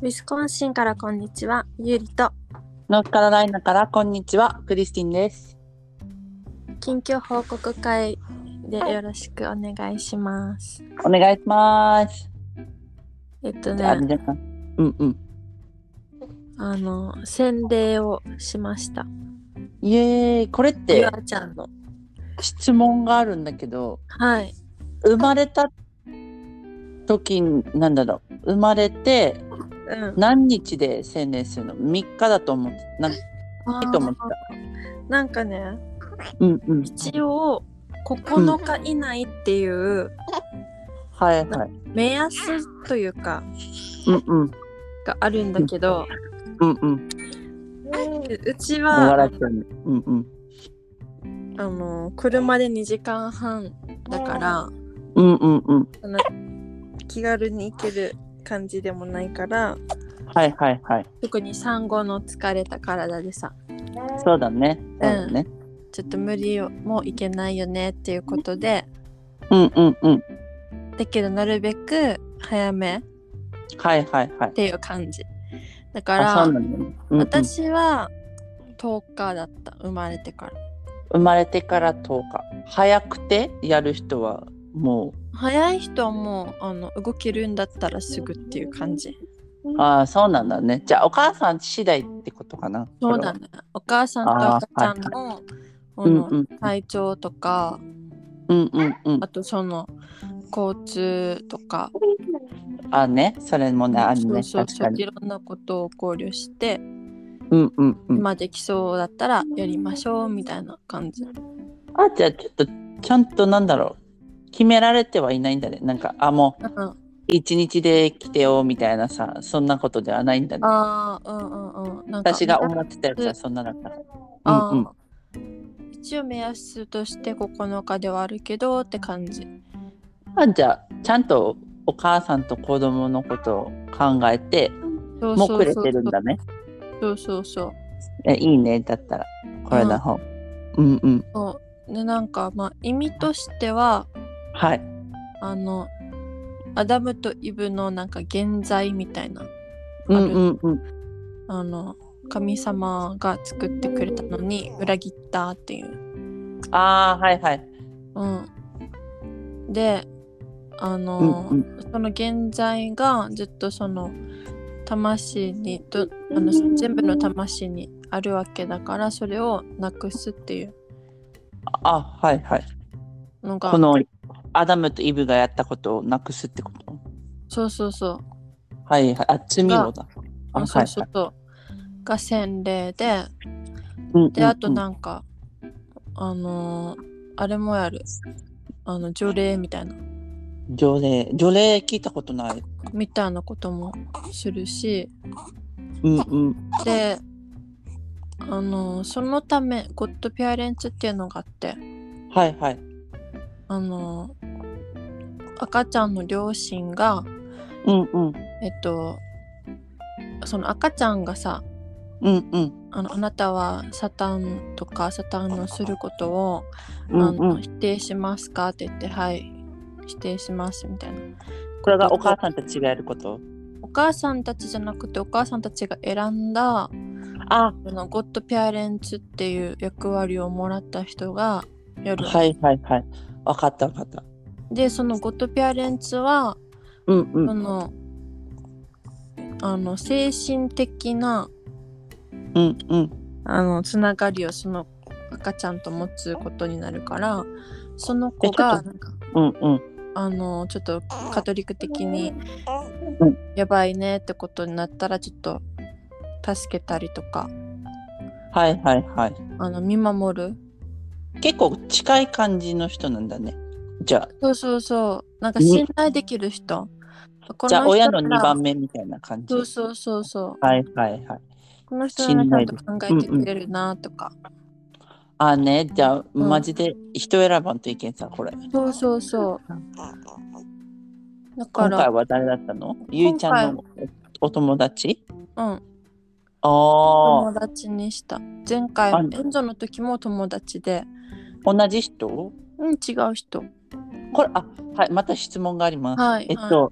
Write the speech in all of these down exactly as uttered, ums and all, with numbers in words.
ウィスコンシンからこんにちは、ゆりとノースカロライナからこんにちは、クリスティンです。 近況報告会でよろしくお願いします。 お願いします。 えっとね、 あ、皆さん、うんうん。 あの洗礼をしました。 イエーイ。これっゆてあちゃんの質問があるんだけど、 はい。 生まれた時なんだろう。生まれてうん。 何日で洗礼するの？みっかだと思ってなんあと思った。 なんかね、 うんうん。 一応ここのか以内っていう、 はいはい。 目安というか、 うんうん。 があるんだけど、 うんうん。 うちもうは笑っちゃうね。うんうん。 あの車でにじかんはんだから、 うんうんうん。 その気軽に行ける感じでもないから、 はいはいはい。 特に産後の疲れた体でさ、 そうだね。そうだね。 うん、ちょっと無理もいけないよねっていうことで、 うんうんうん。 だけどなるべく早めはいはいはい。 っていう感じだかあ、 ら、 そうなんだね。うんうん。 私はとおかだった。生まれてから。 生まれてからとおか。早くてやる人はも早い人はもうあの動けるんだったらすぐっていう感じ。 う、ああ、そうなんだね。じゃあお母さん次第ってことかな。 そうだね。お母さんと赤ちゃんの、この体調とか、 うんうんうん。 あとその交通とか、 あね、それもね、あるね。 そうそうそう、 確かに。 いろんなことを考慮して、 うんうんうん。 今できそうだったらやりましょうみたいな感じ。 あ、じゃあちょっとちゃんとなんだろう。決められてはいないんだね。なんか、あ、もう、 うん、 一日で来てよみたいなさ、そんなことではないんだね。 ああ、うんうんうん。なんか私が思ってたやつはそんなだった。うんうん。 あ一応目安としてここのかではあるけどって感じ。 あ、じゃあちゃんとお母さんと子供のことを考えてそうもくれそうそうてるんだね。 そうそうそう。 え、いいね。だったらこれの方。うん、うん、うん。 そうで、なんかまあ意味としては、 はい。 あのアダムとイブのなんか現在みたいな、 うんある、 うんうん。 あの神様が作ってくれたのに裏切ったっていう。 ああ、はいはい。 うん。で、あの、うんうん、その現在がずっとその魂にどあの全部の魂にあるわけだから、それをなくすっていう。 あ、はいはい。のがこのアダムとイブがやったことをなくすってこと？ そうそうそう。 はいはい。あ、罪をだ。 あ、あ、そうそうそう。が洗礼で、うんうんうん、であとなんかあのー、あれもやる、あの除霊みたいな。 除霊除霊聞いたことないみたいなこともするし、 うんうん。 で、あのー、そのためゴッドペアレンツっていうのがあって、 はいはい。 あのー、赤ちゃんの両親が、 うんうん、 えっとその赤ちゃんがさ、 うんうん、 あのあなたはサタンとかサタンのすることを、 うんうん、 あの否定しますかって言って、はい否定しますみたいな。 これがお母さんたちがやること？ お母さんたちじゃなくて、お母さんたちが選んだ、あのゴッドペアレンツっていう役割をもらった人がやる。 はいはいはい。分かった分かった。 で、そのゴッドペアレンツは、 うんうん、 そのあの精神的な、 うんうん、 あのつながりをその赤ちゃんと持つことになるから、その子がなんか、 うんうん、 あのちょっとカトリック的にやばいねってことになったら、ちょっと助けたりとか、 はいはいはい、 あの見守る。 結構近い感じの人なんだね。じゃあそうそうそう、なんか信頼できる人、 この人じゃあ親のにばんめみたいな感じ。 そうそうそうそう、 はいはいはい。 この人ならちゃんと考えてくれるなとか、うんうん、 あね、じゃあ、うん、マジで人選ばんといけんさ、これ。 そうそうそう。 だから今回は誰だったの？ゆいちゃんのお友達？ うん。あ友達にした。前回エンゾの時も友達で。 同じ人？ うん、違う人。 これ、あ、はい、また質問があります。はい、えっと、はい、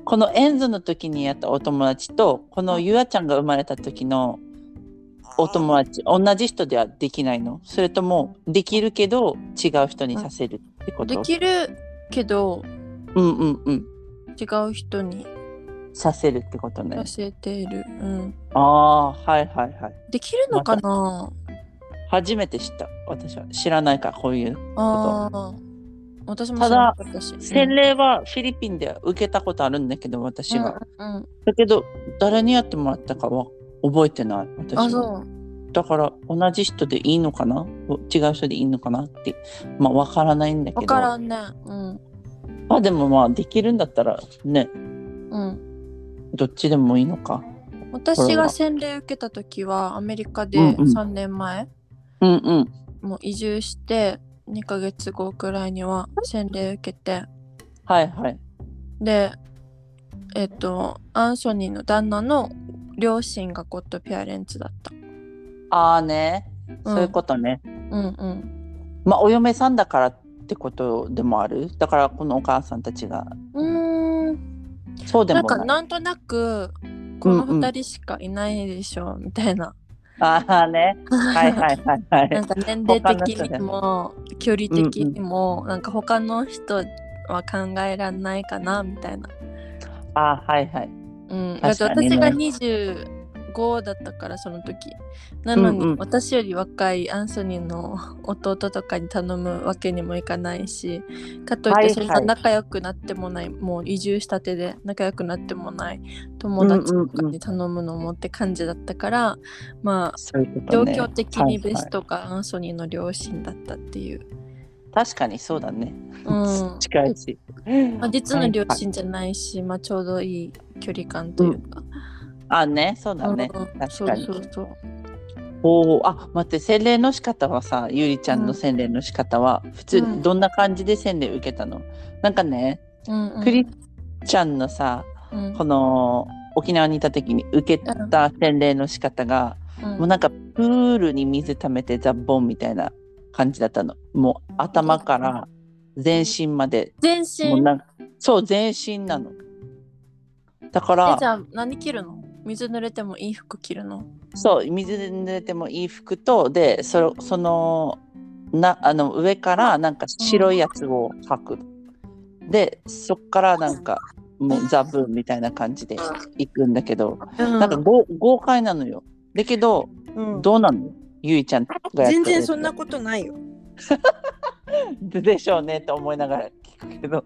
このエンズの時にやったお友達とこのゆあちゃんが生まれた時のお友達同じ人ではできないの？それともできるけど違う人にさせるってこと？ できるけどうんうんうん違う人にさせるってことね。 させている、うん、 ああはいはいはい。 できるのかな、 ま、初めて知った。私は知らないからこういうこと。 ああ私も知らなかったし。 ただ洗礼はフィリピンで受けたことあるんだけど私は、 うんうん、 だけど誰にやってもらったかは覚えてない私は。 あそうだから同じ人でいいのかな違う人でいいのかなってまあ分からないんだけど。 分からんね。うん。 まあでもまあできるんだったらね、 うん、 どっちでもいいのか。 私が洗礼受けた時はアメリカでさんねんまえ、 うんうん、 もう移住してにかげつごくらいには洗礼受けて、 はいはい。 でえっとアンソニーの旦那の両親がゴッドペアレンツだった。 ああね、そういうことね。 うんうんまあお嫁さんだからってことでもある。だからこのお母さんたちがうーんそうでもない。 なんかなんとなくこのふたりしかいないでしょ、うんうん、みたいな。 ああね、はいはいはいはい。 なんか年齢的にも距離的にも、うんうん、なんか他の人は考えられないかなみたいな。 ああはいはい。 うん、だって私がにじゅうごだったからその時。なのに、うんうん、私より若いアンソニーの弟とかに頼むわけにもいかないし、かといってそんな仲良くなってもない、はいはい、もう移住したてで仲良くなってもない友達とかに頼むのもって感じだったから、うんうんうん、まあうう、ね、状況的にベストがアンソニーの両親だったっていう。 確かにそうだね。 うん、 近いし、 まあ、実の両親じゃないし、はいはい、まあ、ちょうどいい距離感というか。うん、 あね、そうだね。うん、確かに。 そうそうそう。 おあ、待って、洗礼の仕方はさ、ゆりちゃんの洗礼の仕方は、うん、普通どんな感じで洗礼受けたの？なんかね、うんうん、クリちゃんのさ、うん、この沖縄にいた時に受けた洗礼の仕方が、うん、もうなんかプールに水溜めてザッボンみたいな感じだったの。もう頭から全身まで。 全身？ もうなそう全身なの。だからえじゃあ何着るの？水濡れてもいい服着るの？ そう水で濡れてもいい服とで そ, そのなあの上からなんか白いやつを履く、うん、でそっからなんかもうザブーンみたいな感じで行くんだけど、うん、なんか豪快なのよ。だけど、うん、どうなのゆいちゃんがやった全然そんなことないよでしょうねと思いながら聞くけど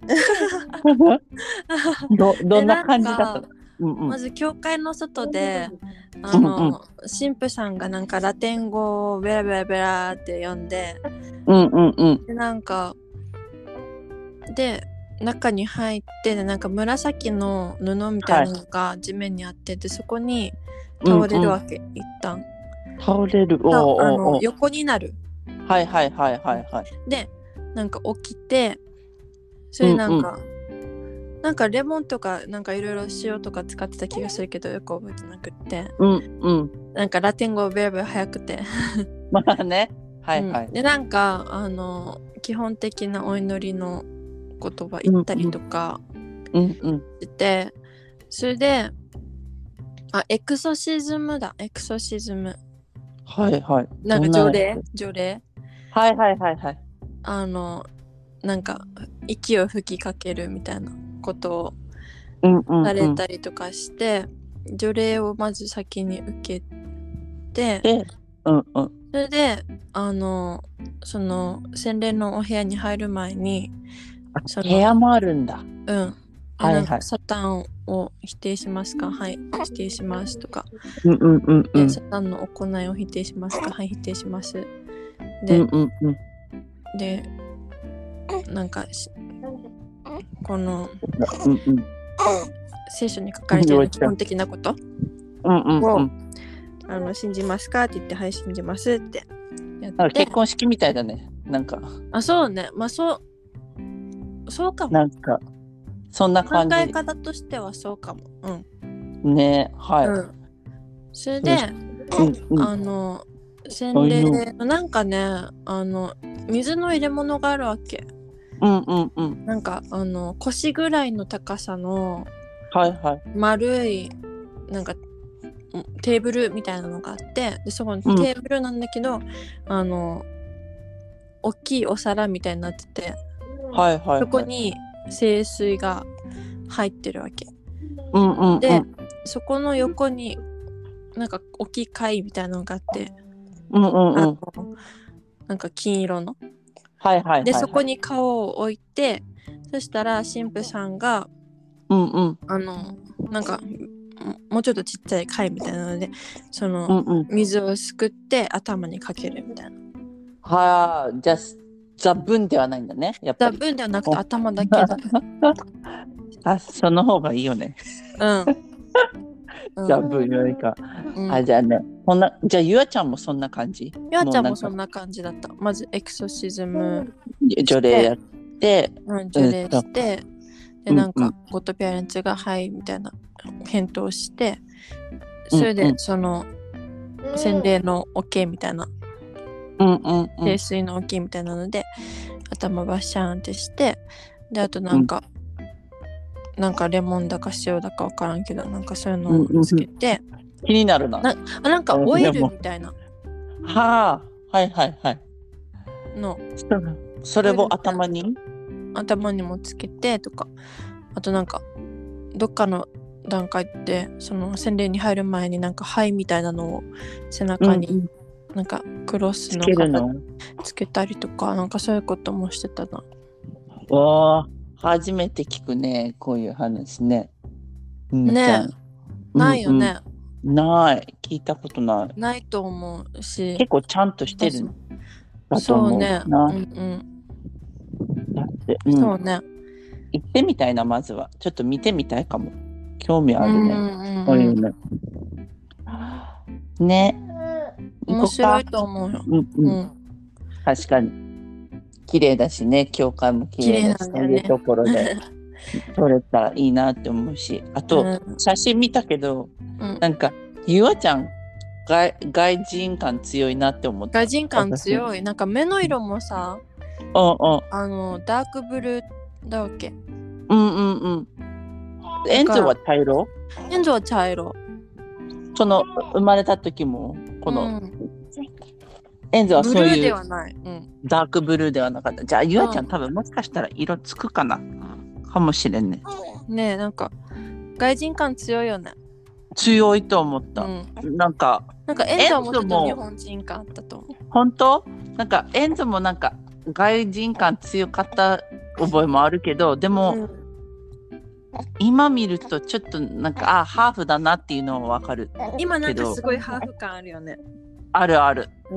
ど, どんな感じだったの？うんうん、 まず教会の外であの、うんうん、神父さんがなんかラテン語をベラベラベラって読んで、 うんうんうん、 でなんかで中に入ってでなんか紫の布みたいなのが地面にあって、はい、でそこに倒れるわけ、うんうん、一旦倒れるおーおーおーあの横になるはいはいはいはいはいでなんか起きてそれなんか、うんうん、なんかレモンとかなんかいろいろ塩とか使ってた気がするけどよく覚えてなくって、 うんうん、 なんかラテン語ベラベラ早くてまあねはいはい、うん、 でなんかあの基本的なお祈りの言葉言ったりとかして、うんうん、それであエクソシズムだエクソシズムはいはいなんか条例条例はいはいはいはいあのなんか息を吹きかけるみたいなことをされたりとかして、うんうんうん、除霊をまず先に受けて、 うんうん、 それであのその洗礼のお部屋に入る前にその部屋もあるんだ。 うん。はいはい。サタンを否定しますか？はい、否定しますとか。 うんうんうんうん。 サタンの行いを否定しますか？はい、否定します。で、 うんうんうん、でなんかこの、 うんうん、 聖書に書かれている基本的なことを、 うんうんうん、 あの信じますかって言ってはい信じますってやって。 結婚式みたいだね。なんか。 あ、そうね。まあそう。そうかも。 なんかそんな感じ。 考え方としてはそうかも。 うん。ねはい。うん、 それで、うんうん、あの洗礼のなんかねあの水の入れ物があるわけ。 うんうんうん。 なんかあの腰ぐらいの高さのはいはい。 丸いなんかテーブルみたいなのがあって、でそこにテーブルなんだけど、うん、あの大きいお皿みたいになってて、 はいはいはい、 そこに清水が入ってるわけ。 うんうんうん、 でそこの横になんか大きい貝みたいなのがあって、 うんうんうん、 あのなんか金色の、 はいはいはいはい、 でそこに顔を置いて、そしたら神父さんが、 うんうん、 あのなんかもうちょっとちっちゃい貝みたいなのでその水をすくって頭にかけるみたいな。 はあ、じゃあザブンではないんだね、やっぱり。 ザブンではなくて頭だけだ。 あ、その方がいいよね。 うん。 ザブンよりか。うん、あ、じゃあね、こんな、じゃあゆあちゃんもそんな感じ？ ゆあちゃんもそんな感じだった。まずエクソシズム除霊やって、 うん、除霊して、うん、でなんか、うんうん、ゴッドペアレンツがはいみたいな返答して、それでその、うん、洗礼の OK みたいな、 うんうんうん、 清水の OK みたいなので頭バッシャーンってして、であとなんか、うん、なんかレモンだか塩だか分からんけどなんかそういうのをつけて、 うんうん、気になるな。 なあなんかオイルみたいな、 はあ、はいはいはいのそれを頭に頭にもつけてとか、あとなんかどっかの段階でその洗礼に入る前になんか灰みたいなのを背中になんかクロスの形つけたりとか、なんかそういうこともしてたな。 わあ、初めて聞くね、こういう話ね。 ねえ、ないよね、 うんうん。ない、聞いたことない。 ないと思うし。 結構ちゃんとしてるだと思うな。 そうね。うんうん。 だって、うん、 そうね。 行ってみたいな、まずは。ちょっと見てみたいかも。興味あるね。うんうんうん、こういうの。ね。 面白いと思うよ。 うんうんうん、確かに。綺麗だしね、教会も綺麗だし、そういうところで撮れたらいいなって思うし、あと、うん、写真見たけど、うん、なんかゆあちゃん外外人感強いなって思った。 外人感強い。なんか目の色もさ、 うんうん、 あのダークブルーだわけ。 うんうんうん。エンゾは茶色？ エンゾは茶色。 その生まれた時もこの、うん、エンゾはそういうブルーではない、うん、 ダークブルーではなかった。じゃあゆあちゃん、うん、多分もしかしたら色つくかな、かもしれんね。 ねえ、なんか外人感強いよね。 強いと思った、うん、なんかなんかエンゾもちょっと日本人感あったと思う。 本当？なんかエンゾもなんか外人感強かった覚えもあるけど、でも、うん、今見るとちょっとなんかあハーフだなっていうのはわかる。 今なんかすごいハーフ感あるよね。 あるある、うん、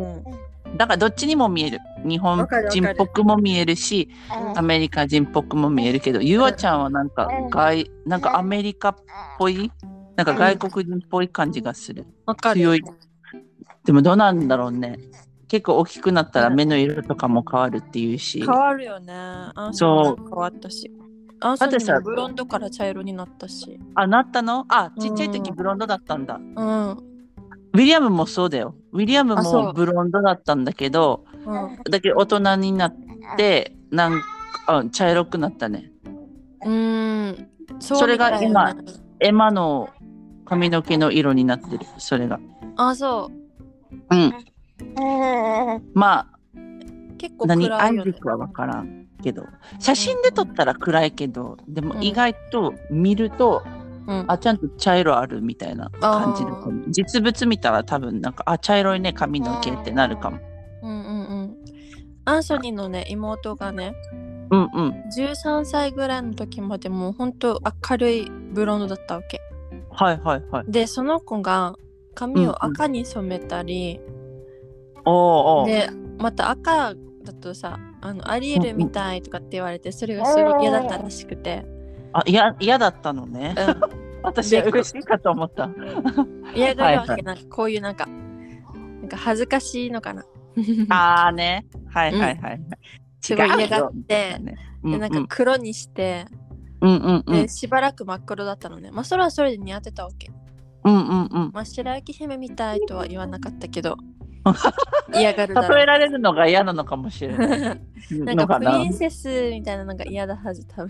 だからどっちにも見える。日本人っぽくも見えるし、アメリカ人っぽくも見えるけど、ゆあちゃんはなんか外なんかアメリカっぽい、なんか外国人っぽい感じがする。 わかる。 強い。でもどうなんだろうね。結構大きくなったら目の色とかも変わるっていうし。 変わるよね。アンソニーも変わったし。アンソニーもブロンドから茶色になったし。 あ、なったの？あ、ちっちゃい時ブロンドだったんだ。 うん。ウィリアムもそうだよ。ウィリアムもブロンドだったんだけど、うん、だけど大人になってなんか茶色くなったね。 うーん。 そ, それが今エマの髪の毛の色になってる。それが。 あ、そう。 うん。まあ結構暗いよね。 何アイリスは分からんけど、写真で撮ったら暗いけど、でも意外と見ると、うん、あちゃんと茶色あるみたいな感じで、実物見たら多分なんかあ茶色いね髪の毛ってなるかも。 うんうんうん。アンソニーのね妹がね、 うんうん、 じゅうさんさいぐらいの時までもう本当明るいブロンドだったわけ。 はいはいはい。 でその子が髪を赤に染めたり、うんうん、 おーおーでまた赤だとさあのアリエルみたいとかって言われて、それがすごい嫌だったらしくて。 あ、嫌嫌だったのね。うん、私は嬉しいかと思った。 嫌がるわけ、はいはい、なんかこういうなんかなんか恥ずかしいのかな。 あーね、はいはいはい。うん、 すごい嫌がって、ね、うんうん、でなんか黒にして、 うんうんうん、 でしばらく真っ黒だったのね。まあそれはそれで似合ってたわけ。 うんうんうん。 まあ白雪姫みたいとは言わなかったけど。嫌がるだろう。 例えられるのが嫌なのかもしれない。 なんかプリンセスみたいなのが嫌だはず多分。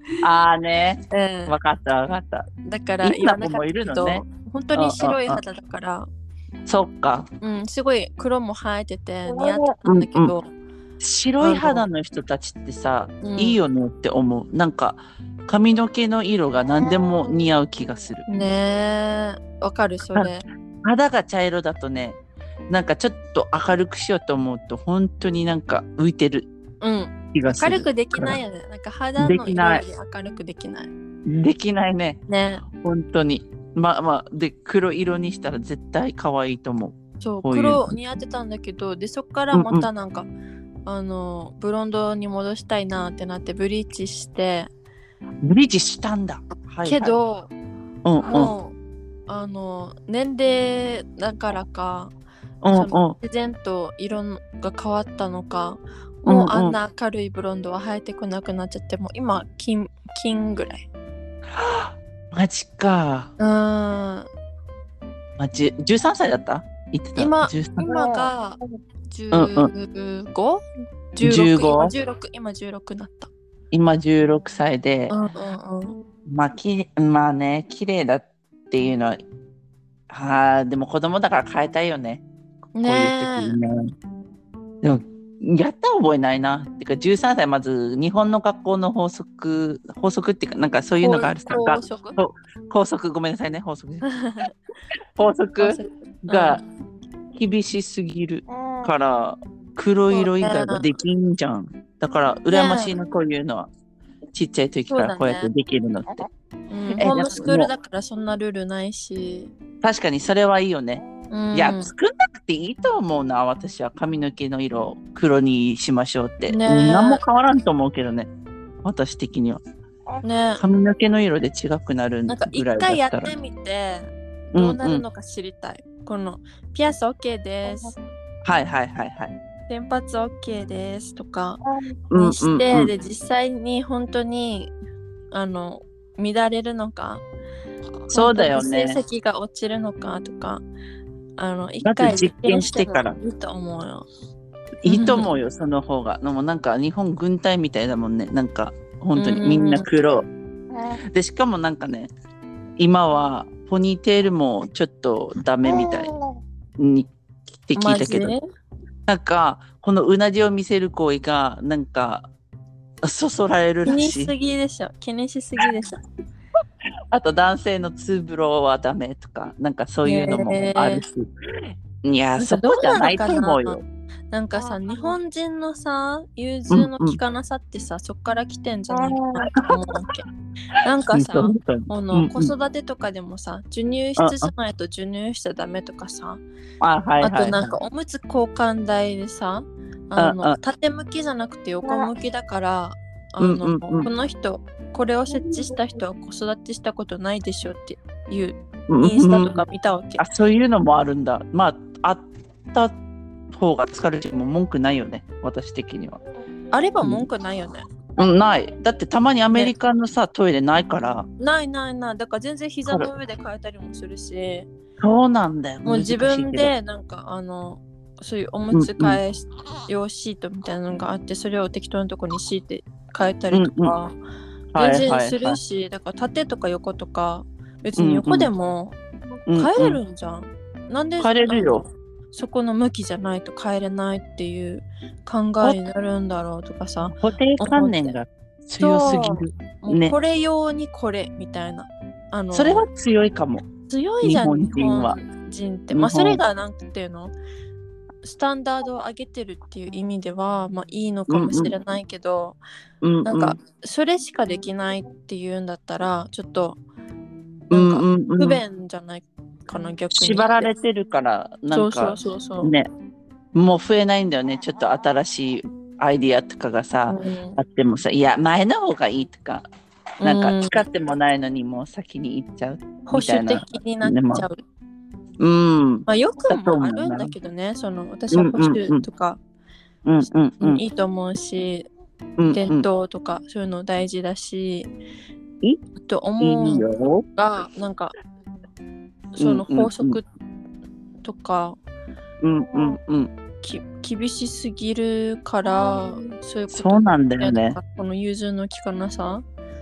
ああね。 うん、 わかったわかった。 だからいろんな子もいるのね。 本当に白い肌だから、 そっか。 うん、すごい黒も生えてて似合ってたんだけど、 うんうん、白い肌の人たちってさ、 うん、 いいよねって思う。なんか髪の毛の色が何でも似合う気がする。 ねえ、わかるそれ。 肌が茶色だとね、なんかちょっと明るくしようと思うと本当になんか浮いてる気がする。 うん、明るくできないよね。なんか肌の色より明るくできない。 できないね。 ね。 本当に。まあまあ、で、黒色にしたら絶対可愛いと思う。 そう、うう黒似合ってたんだけど、で、そっからまたなんか、うんうん、あの、ブロンドに戻したいなってなってブリーチして。 ブリーチしたんだ。 はいはい、けど、 うんうん、 もう、あの、年齢だからか、 うんうん、 その自然と色が変わったのか、もうあんな明るいブロンドは生えてこなくなっちゃって、もう今金金ぐらい。 マジか。 うん。 まあ、じゅうさんさいだった言ってた。 今今がじゅうご？じゅうろく、今じゅうろく、今じゅうろくだった。 今じゅうろくさいで、 うんうんうん、 まあきまあね、綺麗だっていうのは、はあ、でも子供だから変えたいよね。こういう時にね。でもやった覚えないな。ってかじゅうさんさいまず日本の学校の法則法則っていうかなんかそういうのがあるさ。 法則法則ごめんなさいね法則法則が厳しすぎるから、黒色以外はできんじゃん。だから羨ましいな、こういうのは。ちっちゃい時からこうやってできるのって。ね、 うん、ホームスクールだからそんなルールないし。 確かにそれはいいよね。うん、いや、作んなくていいと思うな。私は髪の毛の色を黒にしましょうって。ね、何も変わらんと思うけどね。私的には。ね、髪の毛の色で違くなるぐらいだったら。 なんか一回やってみてどうなるのか知りたい。うんうん、このピアス OK です。 はいはいはいはい。 洗髪 OK ですとかにして、うんうんうん、で実際に本当にあの乱れるのか、 そうだよね、 成績が落ちるのかとか、あの一回実験してからいいと思うよ。 いいと思うよその方が。でもなんか日本軍隊みたいだもんね。なんか本当にみんな黒、うん、でしかもなんかね今はポニーテールもちょっとダメみたいにって聞いたけど、なんかこのうなじを見せる行為がなんかそそられるらしい。 気にしすぎでしょ。気にしすぎでしょ。 あと男性のツーブロはダメとかなんかそういうのもあるし、いやそこじゃないと思うよ。 なんかさ、日本人のさ融通の利かなさってさ、うんうん、そっから来てんじゃないかなと思うわけ。なんかさ、この子育てとかでもさ、授乳室じゃないと授乳しちゃダメとかさ、あ, あ, あとなんかおむつ交換台でさ、あのあ縦向きじゃなくて横向きだから、あの、うんうんうん、この人これを設置した人は子育てしたことないでしょっていうインスタとか見たわけ。 うんうん、あ、そういうのもあるんだ。まああった方が疲れても文句ないよね、私的には。 あれば文句ないよね。 うん、うん、ない。だってたまにアメリカのさ、ね、トイレないから。 ないないない。だから全然膝の上で変えたりもするし。 そうなんだよ。 もう自分でなんかあのそういうおむつ替え用シートみたいなのがあって、うんうん、それを適当なとこに敷いて変えたりとか、うんうん、全然するし、はいはいはい、だから縦とか横とか別に横でも変えれるんじゃん。うんうん、なんで変えれるよ。 そこの向きじゃないと変えれないっていう考えになるんだろうとかさ、 固定観念が強すぎる、 ね、これ用にこれみたいな、あのそれは強いかも。 強いじゃん日本人は。日本人ってまあそれがなんていうのスタンダードを上げてるっていう意味ではまあいいのかもしれないけど、うんうん、なんかそれしかできないっていうんだったらちょっとなんか不便じゃないかな、逆に。 縛られてるからなんかそうそうそうそうね、もう増えないんだよね。ちょっと新しいアイディアとかがさ、うん、あってもさ、いや前の方がいいとか、なんか使ってもないのにもう先に行っちゃうみたいな。 保守的になっちゃう。 うん、 まあ、よくもあるんだけどね、その私は保守とか、うんうんうん、いいと思うし、うんうん、伝統とかそういうの大事だし、いいと思うが、なんかその法則とか、うんうんうん、き厳しすぎるから、そういうことそうなんだよね。 この融通の利かなさ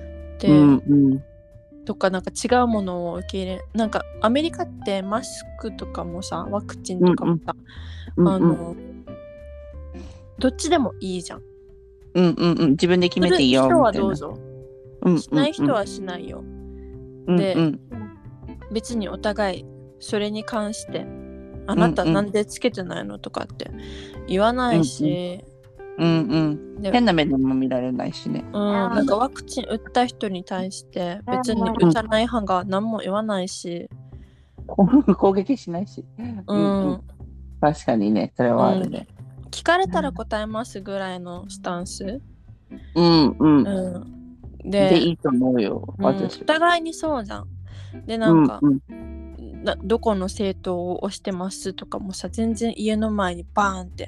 で、 うんうん、 とかなんか違うものを受け入れ、なんかアメリカってマスクとかもさ、ワクチンとかもさ、 うんうん、 あのどっちでもいいじゃん。 うんうんうん、自分で決めていいよする人はみたいな。 どうぞ、 うんしない人はしないよ。 うんで、 うん、 別にお互いそれに関してあなたなんでつけてないのとかって言わないし、 うんうんうん、 で変な目でも見られないしね。 うん、なんかワクチン打った人に対して別に打たない派が何も言わないし、 攻撃しないし、 うん、うん、 確かにね、それはあるね。 うん、聞かれたら答えますぐらいのスタンス、 うんうん、 うん、 でで、 いいと思うよ、 うん、 私。 お互いにそうじゃん。でなんか、 うんなどこの政党を推してますとかもさ、全然家の前にバーンって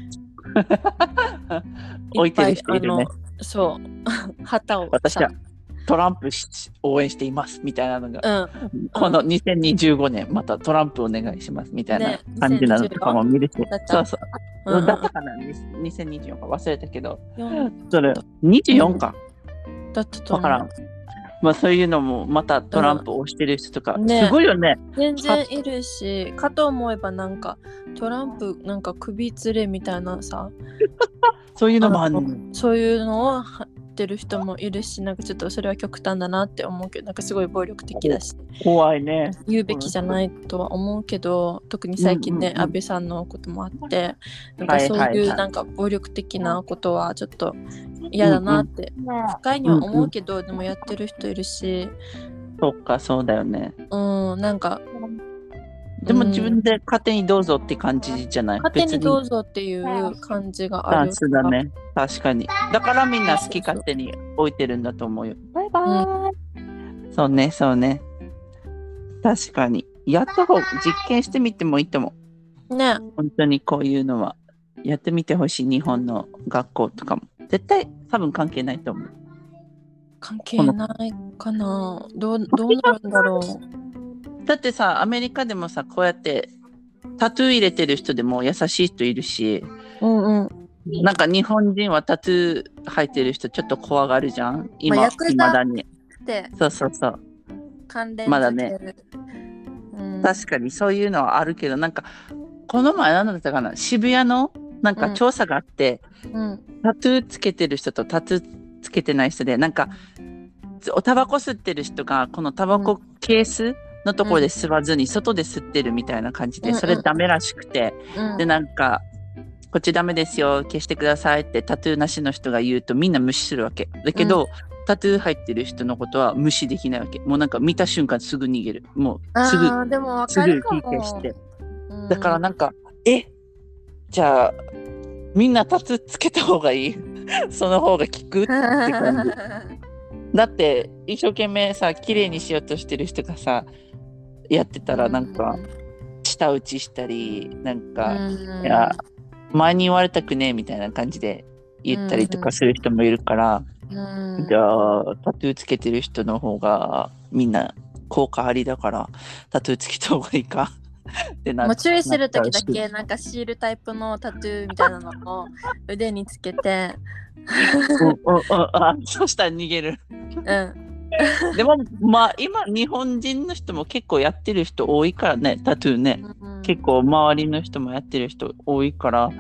置いてるいっぱい人いるね。 あのそう旗を私はさ、 トランプし応援していますみたいなのが、 うん、 このにせんにじゅうごねんまたトランプお願いしますみたいなね、 感じなのとかも見るし、 だったそうそう、 うんうん、 だったかな、にせんにじゅうよんか忘れたけど、 よんそれにじゅうよんか、 だったと思う。 わからん。まあそういうのもまたトランプを推してる人とか、 うんね、 すごいよね。 全然いるし、かと思えばなんかトランプなんか首吊れみたいなさそういうのもあるの。 そういうのを貼ってる人もいるし、なんかちょっとそれは極端だなって思うけど、なんかすごい暴力的だし怖いね。 言うべきじゃないとは思うけど、特に最近ね、 うんうんうん、 安倍さんのこともあってなんかそういうなんか暴力的なことはちょっと嫌だなって、うんうん、不快には思うけど、うんうん、でもやってる人いるし、 そっか、そうだよね。 うん、なんかでも自分で勝手にどうぞって感じじゃない、 勝手にどうぞっていう感じがある。 スタンスだね。確かに。だからみんな好き勝手に置いてるんだと思うよ。バイバーイ、うん、そうね、そうね。確かに。やった方、実験してみてもいいと思う。 ね。 本当にこういうのはやってみてほしい。日本の学校とかも。絶対多分関係ないと思う。 関係ないかな。どう、どうなるんだろう。 だってさ、アメリカでもさ、こうやってタトゥー入れてる人でも優しい人いるし、 うんうん、 なんか日本人はタトゥー入ってる人ちょっと怖がるじゃん、今、 まあ、 未だに。そうそうそう。 関連まだね、うん、確かにそういうのはあるけど、なんかこの前何だったかな、渋谷のなんか調査があって、うんうん、タトゥーつけてる人とタトゥーつけてない人で、なんかおタバコ吸ってる人がこのタバコケースのところで吸わずに外で吸ってるみたいな感じで、それダメらしくて、うんうん、でなんかこっちダメですよ消してくださいってタトゥーなしの人が言うとみんな無視するわけだけど、うん、タトゥー入ってる人のことは無視できないわけ。もうなんか見た瞬間すぐ逃げる、もうすぐあでも分かるかも、 すぐ ピーケー して、うん、だからなんかえじゃあみんなタトゥーつけた方がいいその方が効くって感じだって一生懸命さ綺麗にしようとしてる人がさやってたらなんか舌打ちしたりなんか、うん、いや前に言われたくねえみたいな感じで言ったりとかする人もいるから、うん、じゃあタトゥーつけてる人の方がみんな効果ありだからタトゥーつけた方がいいかってなっもう注意するときだけなんかシールタイプのタトゥーみたいなのを腕につけておおおあそしたら逃げる、うんでもまあ今日本人の人も結構やってる人多いからねタトゥーね、うん、結構周りの人もやってる人多いから、うん、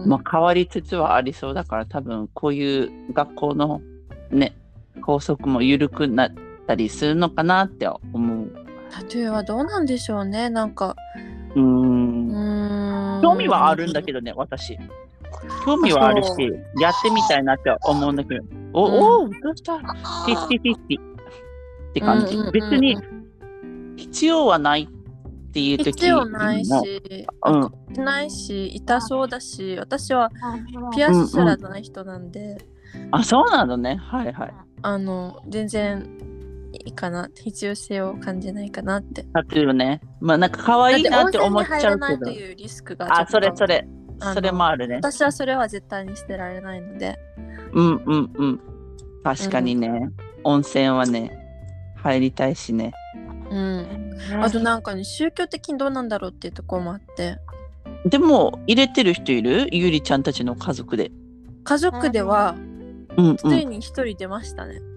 まあ変わりつつはありそうだから多分こういう学校のね校則も緩くなったりするのかなって思う。 タトゥーはどうなんでしょうね。なんかうーんうーん興味はあるんだけどね私興味はあるしやってみたいなって思うんだけどお、うん、おどうしたフィフティフィフティって感じ、うんうんうん、別に必要はないっていう時必要ないし、うん、ないし痛そうだし私はピアスすらない人なんで、うんうん、 あそうなのねはいはいあの全然いいかな必要性を感じないかなってタトゥーねまあなんか可愛いなって思っちゃうけど温泉に入れないというリスクがあそれそれそれもあるね。 私はそれは絶対に捨てられないので。 うんうんうん。確かにね、うん、温泉はね入りたいしね。 うん。あとなんかね宗教的にどうなんだろうっていうところもあって。 でも入れてる人いる？ゆりちゃんたちの家族で。 家族ではついに一人出ましたね。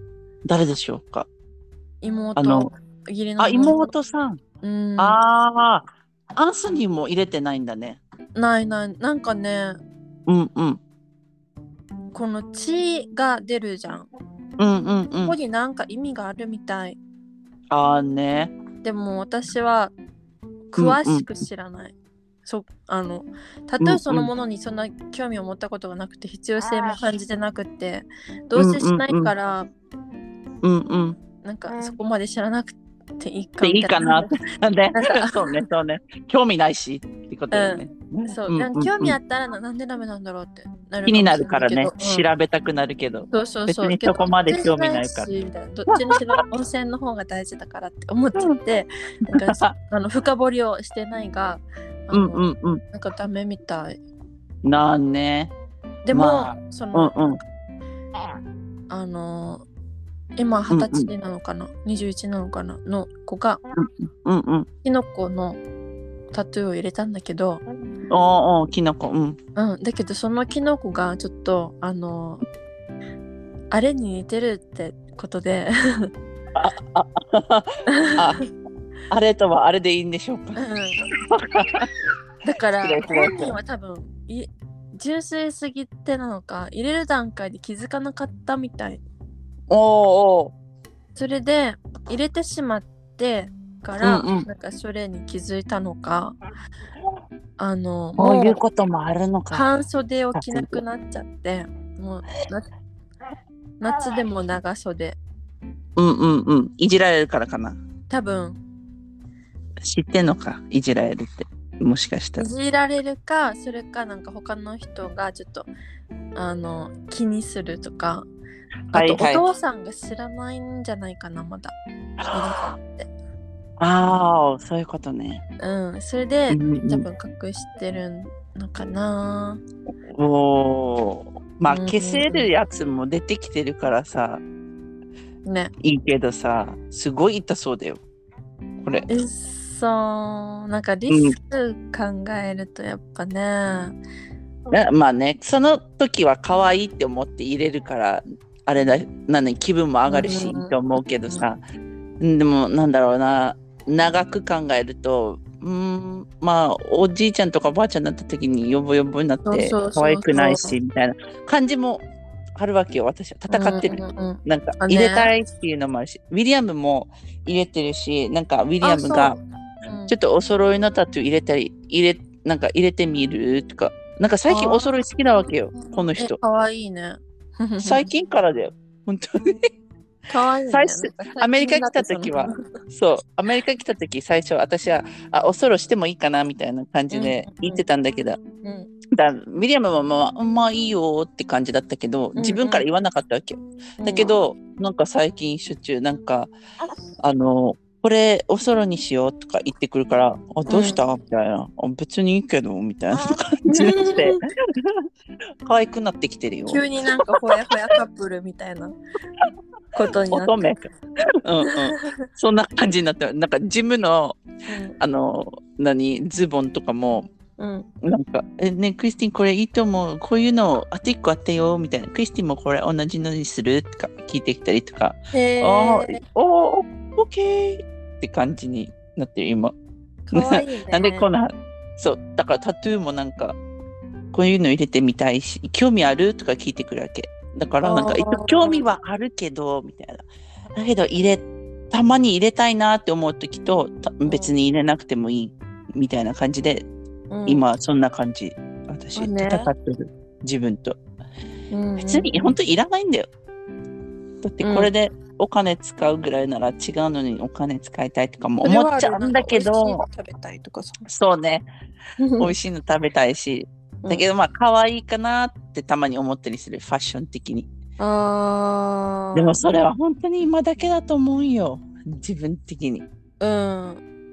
誰でしょうか。 妹。 あの義理のあ、妹さん。 うん、 ああ、アンソニーも入れてないんだね。 ないない。なんかね、 うんうん。 この血が出るじゃん。 うんうんうん。 ここになんか意味があるみたい。 ああね。 でも私は詳しく知らない。うんうん、そあのタトゥーそのものにそんな興味を持ったことがなくて、必要性も感じてなくて、どうせしないから、 うんうん、 なんかそこまで知らなくていいかみたいな。いいかな。なんでそうねそうね。興味ないしってことだよね。 うん、そう、うんうんうん、興味あったらなんでダメなんだろうってなるかもしれないけど、 気になるからね、うん、調べたくなるけど、 そうそうそう、 別にそこまで興味ないから。 どっちにしろ温泉の方が大事だからって思ってて、なんかあの深掘りをしてないが、あの、うんうんうん、なんかダメみたい。 なんね。 でも、まあ、その、うんうん、あの今二十歳なのかな、うんうん、にじゅういちなのかなの子が、 うんうん、 キノコのタトゥーを入れたんだけど、 おおキノコ、うん、 うん、だけどそのキノコがちょっとあのあれに似てるってことでああああれとはあれでいいんでしょうか、うん、 だから本人は多分い純粋すぎてなのか入れる段階で気づかなかったみたい。 おおそれで入れてしまってから、うんうん、なんかそれに気づいたのか、あのこういうこともあるのか、 半袖を着なくなっちゃって、もう夏でも長袖、 うんうんうん、いじられるからかな、 多分知ってんのか、いじられるってもしかしたらいじられるか、それかなんか他の人がちょっとあの気にするとか、あと、はいはい、お父さんが知らないんじゃないかな、まだってああ、そういうことね。 うん、それで、うんうん、多分隠してるのかな。 おお、まあ消せるやつも出てきてるからさ、 ね、 いいけどさ、すごい痛そうだよこれ。 うっそー、なんかリスク考えるとやっぱね、 うん、まあね、その時は可愛いって思って入れるからあれだ、なんね、気分も上がるし、うん、と思うけどさ、うん、でもなんだろうな、長く考えると、うーん、まあおじいちゃんとかおばあちゃんになった時にヨボヨボになって可愛くないしみたいな感じもあるわけよ。私は戦ってる、うんうんうん、なんか入れたいっていうのもあるし、ウィリアムも入れてるし、なんかウィリアムがちょっとお揃いのタトゥー入れたり入れなんか入れてみるとか、なんか最近お揃い好きなわけよこの人。 可愛いね最近からだよ本当にかわいいね、 最初アメリカ来た時はそうアメリカ来た時最初私はあおそろしてもいいかなみたいな感じで言ってたんだけど、うんうん、だミリアムもまあ、まあいいよって感じだったけど自分から言わなかったわけよ、うんうん、だけどなんか最近しょっちゅうなんかあのこれおそろにしようとか言ってくるからあどうした、うん、みたいなあ別にいいけどみたいな感じでして可愛くなってきてるよ。 急になんかほやほやカップルみたいなことになって、 うんうん、そんな感じになってなんかジムの、うん、あの何ズボンとかも、うん、なんかえねクリスティンこれいいと思うこういうのあといっこあってよみたいなクリスティンもこれ同じのにするとか聞いてきたりとかへあおオッケーって感じになってる今。 かわいいねなんでこんなそうだからタトゥーもなんかこういうの入れてみたいし興味あるとか聞いてくるわけだからなんか興味はあるけどみたいなだけど入れたまに入れたいなって思う時と別に入れなくてもいいみたいな感じで、うん、今そんな感じ私戦ってる、ね、自分と、うんうん、別に本当にいらないんだよだってこれでお金使うぐらいなら違うのにお金使いたいとかも思っちゃうんだけど食べたいとかそうね美味しいの食べたいしだけどまあ可愛いかなってたまに思ったりするファッション的に。 あでもそれは本当に今だけだと思うよ自分的に、 うん、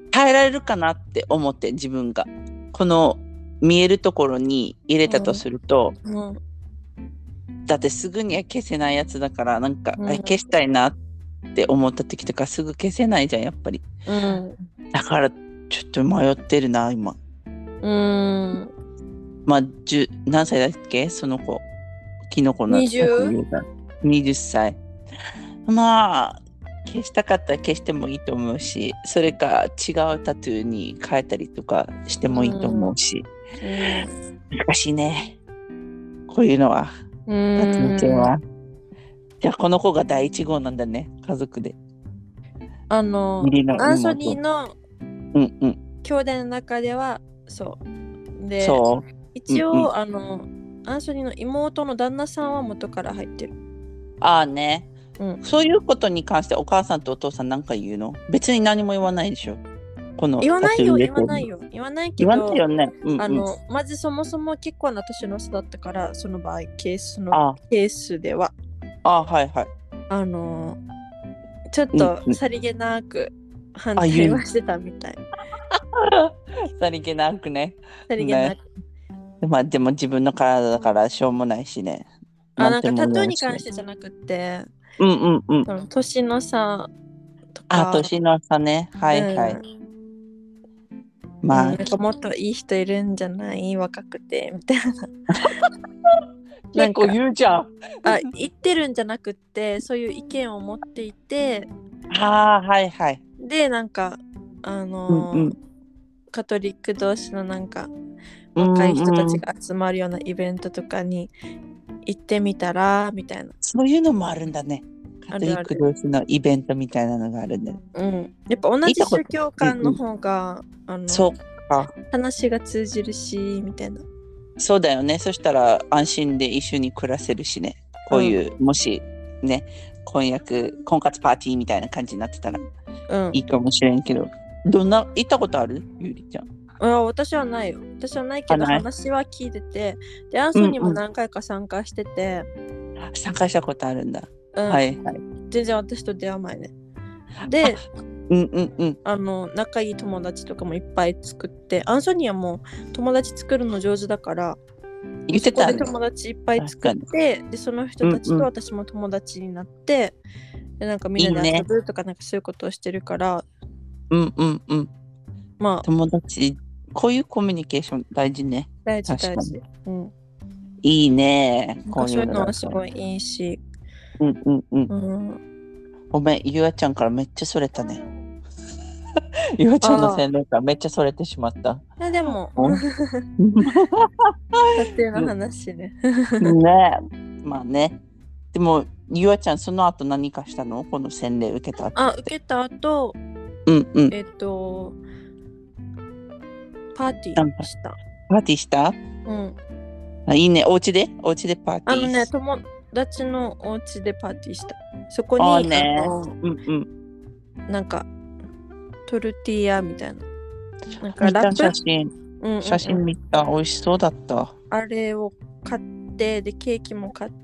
耐えられるかなって思って自分がこの見えるところに入れたとすると、 うんうん、 だってすぐには消せないやつだからなんか、うん、消したいなって思った時とかすぐ消せないじゃんやっぱり、 うん、 だからちょっと迷ってるな今。 うんまあ何歳だっけその子キノコのにじゅうはたちさいまあ消したかったら消してもいいと思うし、それか違うタトゥーに変えたりとかしてもいいと思うし、 うん、 難しいねこういうのは。 うタツミちゃんん。 はじゃあこの子が第一号なんだね、家族で。 あの義理のアンソ妹。 ニーのうんうん。 兄弟の中ではそうで、 そう。 一応、 うんうん、 あのアンソニーの妹の旦那さんは元から入ってる。 ああね、 うん、 そういうことに関してお母さんとお父さんなんか言うの？別に何も言わないでしょ。この言わないよタトゥー入れて言わないよ言わないけ言わないど、 よね。うんうん、 あのまずそもそも結構な年の差だったから、その場合ケースのあケースではあはいはい。 あのちょっとさりげなく反対はしてたみたい。 さりげなくね。 さりげなく。 ね、まあでも自分の体だからしょうもないしね。 あ、なんかタトゥーに関してじゃなくて、 うんうんうん。 その年の差とか。 あ、年の差ね。はいはい。うん、 まあ、うん、なんかもっといい人いるんじゃない？若くてみたいな。 結構言うじゃん。 あ、言ってるんじゃなくて、そういう意見を持っていて、 ああはいはい。 でなんかあのーうんうん、カトリック同士のなんか若い人たちが集まるようなイベントとかに行ってみたらみたいな。 そういうのもあるんだね。カトリック同士のイベントみたいなのがあるんだね。 うん、やっぱ同じ宗教観の方が、うん、あのそうか、 話が通じるしみたいな。 そうだよね。そしたら安心で一緒に暮らせるしね。こういう、うん、もしね婚約婚活パーティーみたいな感じになってたら、うん、いいかもしれんけど、どんな行ったことある？ゆりちゃん。 あ、私はないよ。私はないけど話は聞いてて、でアンソニーも何回か参加してて、 うんうん、参加したことあるんだ。 うん、 はいはい。 全然私と出会う前ね。で、 うんうんうん、 あの仲いい友達とかもいっぱい作って、アンソニーはもう友達作るの上手だから言ってた、ね、 そこで友達いっぱい作って、でその人たちと私も友達になって、うんうん、でなんかみんなで遊ぶとかなんかそういうことをしてるから、 うんうんうん、 まあ友達こういうコミュニケーション大事ね。 大事大事、うん、 いいね。 こういうのはすごいいいし、 うんうんうん、 うん、 ごめん、ゆあちゃんからめっちゃそれたね。ゆあちゃんの洗礼からめっちゃそれてしまった。 いやでもタトゥーの話ね。 ねまあね。でもゆあちゃんその後何かしたの？この洗礼受けた後。 あ、受けた後、 うんうん。 えっとパーティーした。 パーティーした？うん。あ、いいね。お家で？お家でパーティー。 あのね、友達のお家でパーティーした。そこにあね、 あの、 うんうん、なんかトルティーヤみたいな。なんかラップ写真、うんうん、写真見た。美味しそうだった。 あれを買ってでケーキも買って、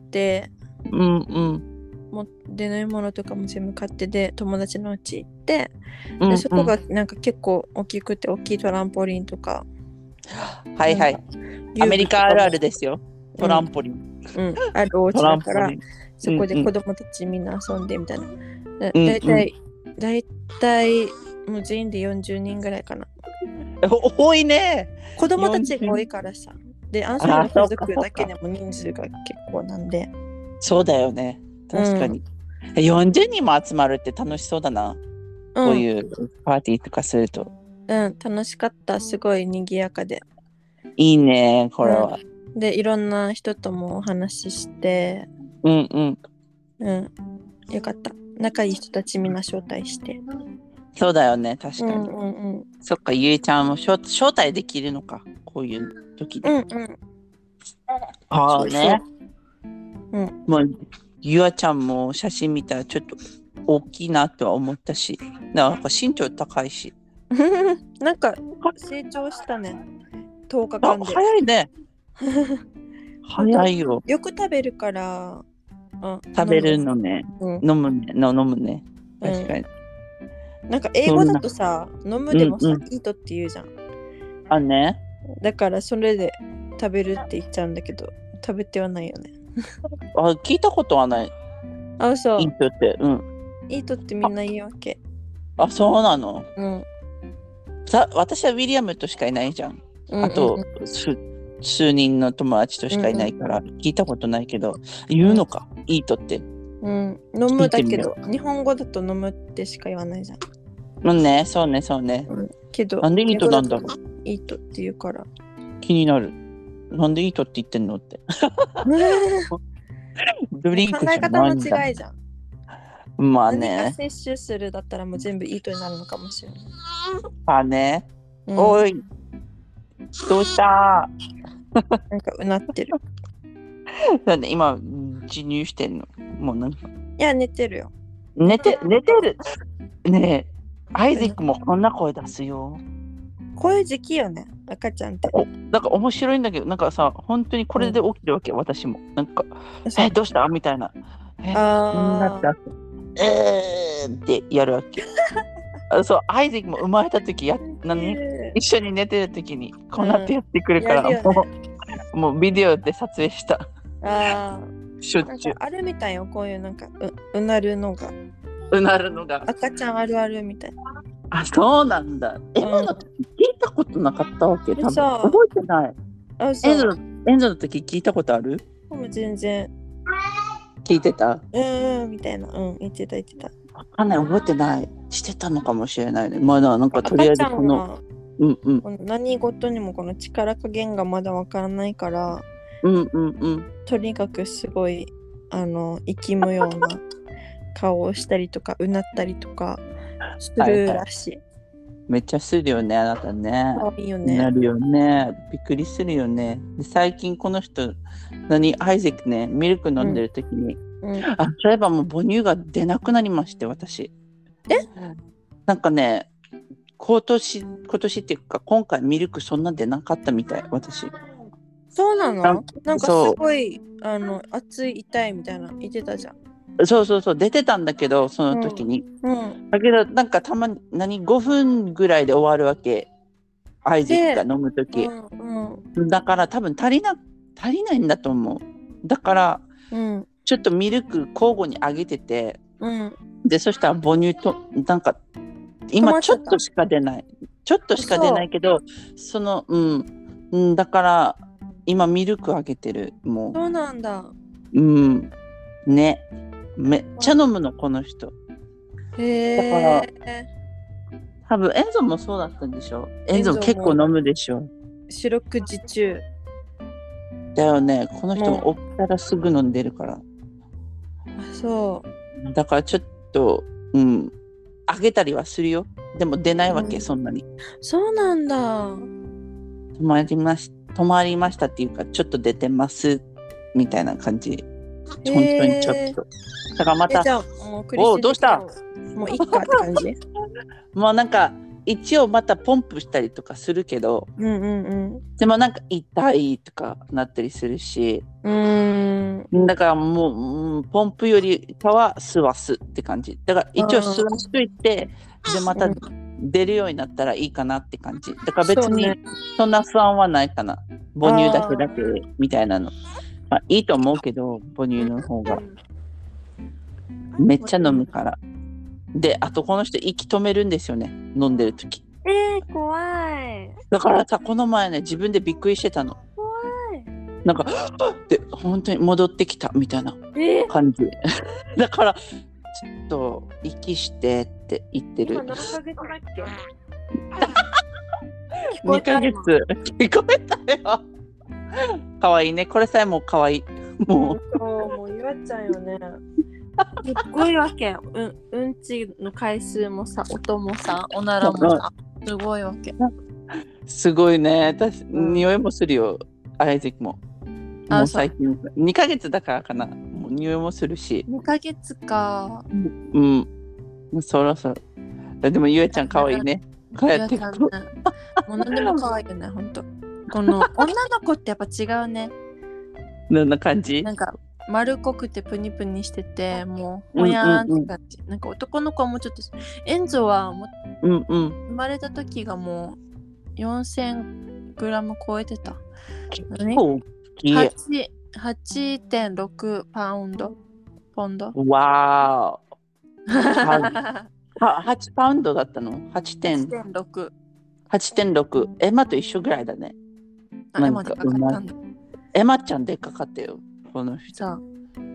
うんうん。 もで飲み物とかも全部買ってで友達の家行って、うんうん、でそこがなんか結構大きくて大きいトランポリンとか。 はいはい。アメリカあるあるですよ。トランポリン。 うん、うん、あるお家だからそこで子供たちみんな遊んでみたいな。うんうん、だいたいだいたいもう全員でよんじゅうにんぐらいかな。 多いね。 子供たちが多いからさ。で、アンソニーの家族だけでも人数が結構なんで。 そうだよね。確かに。うん、よんじゅうにんも集まるって楽しそうだな。うん、こういうパーティーとかすると。 うん、楽しかった。すごい賑やかで。 いいね、これは。 うん、で、いろんな人ともお話しして。 うんうん。 うん。よかった。仲いい人たちみんな招待して。 そうだよね、確かに。 うんうんうん、 そっか、ゆいちゃんも招待できるのか、こういう時で。 うんうん。 ああね。 うん。 もう、ゆあちゃんも写真見たらちょっと大きいなとは思ったし、なんか身長高いし。 なんか成長したね。とおかかんで。 早いね。早いよ。 よく食べるから。 あ、食べるのね。うん、飲むね。飲むね。確かに。 うん、なんか英語だとさ、飲むでもさ、うんうん、イートって言うじゃん。 あね。 だからそれで食べるって言っちゃうんだけど、食べてはないよね。 あ、聞いたことはない。 あ、そう。 イートって、うん。 イートってみんな言うわけ。 あ、そうなの。 うん。 さ、私はウィリアムとしかいないじゃん。うんうんうん、あと、数人の友達としかいないから、聞いたことないけど、言うのか、うん、イートって。 うん、飲むだけど、日本語だと飲むってしか言わないじゃん。 うんね、そうね、そうね。 うん、けど、 なんでイートなんだろう。 イートって言うから。 気になる。なんでイートって言ってんのって。ドリンクじゃないんだ。考え方の違いじゃん。まあね。何か摂取するだったらもう全部イートになるのかもしれない。まあね。うん、おい。どうしたなんかうなってる。なんで今、授乳してんのもうなんか。いや、寝てるよ。寝て、寝てる。ねえ、アイゼックもこんな声出すよ。こういう時期よね、赤ちゃんって。なんか面白いんだけど、なんかさ、本当にこれで起きるわけ、うん、私も。なんか、え、どうしたみたいな。え、あなった。えーってやるわけ。そう、アイゼックも生まれた時や、何一緒に寝てる時にこうなってやってくるから、うんね、もう、もうビデオで撮影した。あしょっちゅう。あるみたいよ、こういうなんか う, うなるのが。うなるのが。赤ちゃんあるあるみたいな。あ、そうなんだ。エンゾの時聞いたことなかったわけ。多分覚えてない。あ、そう。エンゾの、エンゾの時聞いたことある？もう全然。聞いてた？うんうんみたいな。うん、言ってた言ってた。わかんない、覚えてない。してたのかもしれないね。まだなんかとりあえずこの。うんうん、この何事にもこの力加減がまだわからないから、うんうんうん、とにかくすごいあの生きむような顔をしたりとかうなったりとかするらしい。はいはい、めっちゃするよね、あなたね。いいよね。なるよね。びっくりするよね。で最近この人何アイゼックね、ミルク飲んでる時に、うんうん、あ、そういえばもう母乳が出なくなりまして、私。え？なんかね。今年、今年っていうか今回ミルクそんな出なかったみたい、私。そうなの？なんかすごいあの熱い痛いみたいな言ってたじゃん。そうそうそう、出てたんだけどその時に、うんうん、だけどなんかたまに何ごふんぐらいで終わるわけ、アイゼックが飲む時、うんうん、だから多分足りな足りないんだと思う。だから、うん、ちょっとミルク交互にあげてて、うん、でそしたら母乳となんか今ちょっとしか出ないちょっとしか出ないけど、そのうんだから今ミルクあげてる。もうそうなんだ。うんね、めっちゃ飲むのこの人。へえ。だから多分エンゾもそうだったんでしょ。エンゾも結構飲むでしょ。四六時中だよね。この人も起きたらすぐ飲んでるから。あ、そうだからちょっとうんあげたりはするよ。でも出ないわけ、うん、そんなに。そうなんだ。止まりまし止まりましたっていうかちょっと出てますみたいな感じ。本当にちょっと。だからまた。じゃあもうクリスおどうした？もういっかって感じ。もうなんか一応またポンプしたりとかするけど、うんうんうん、でもなんか痛いとかなったりするし、うーんだからもう、うん、ポンプよりかは吸わすって感じ。だから一応吸わしといて、でまた出るようになったらいいかなって感じ。だから別にそんな不安はないかな。母乳だけだけみたいなの。まあ、いいと思うけど母乳の方がめっちゃ飲むから。であとこの人息止めるんですよね、飲んでる時。えー、怖い。だからさこの前ね自分でびっくりしてたの。怖い。なんかで本当に戻ってきたみたいな感じ、えー、だからちょっと息してって言ってる。今何ヶ月だっけ？にかげつ。聞こえたよ。かわいいね。これさえもかわいい。もうもうゆあちゃんよね。すっごいわけ。うん、うんちの回数もさ、音もさ、おならもさ、すごいわけ。すごいね。私、うん、匂いもするよ。アイゼックも。もう最近にかげつだからかな。もう匂いもするし。にかげつか。うん。そろそろ。でもゆえちゃんかわいいね。こうやってこう。もう何でもかわいいよね、ほんと。この女の子ってやっぱ違うね。どんな感じ？なんか丸っこくてプニプニしててもうほやーんって感じ、うんうんうん、なんか男の子はもうちょっとエンゾはもう、うんうん、生まれた時がもうよんせんグラム超えてた。何？ はちてんろく パウンドポンド。わーはちパウンドだったの？ はちてんろく はちてんろく。エマと一緒ぐらいだね。あ、エマでかかったんだ。エマちゃんでかかったよこの人。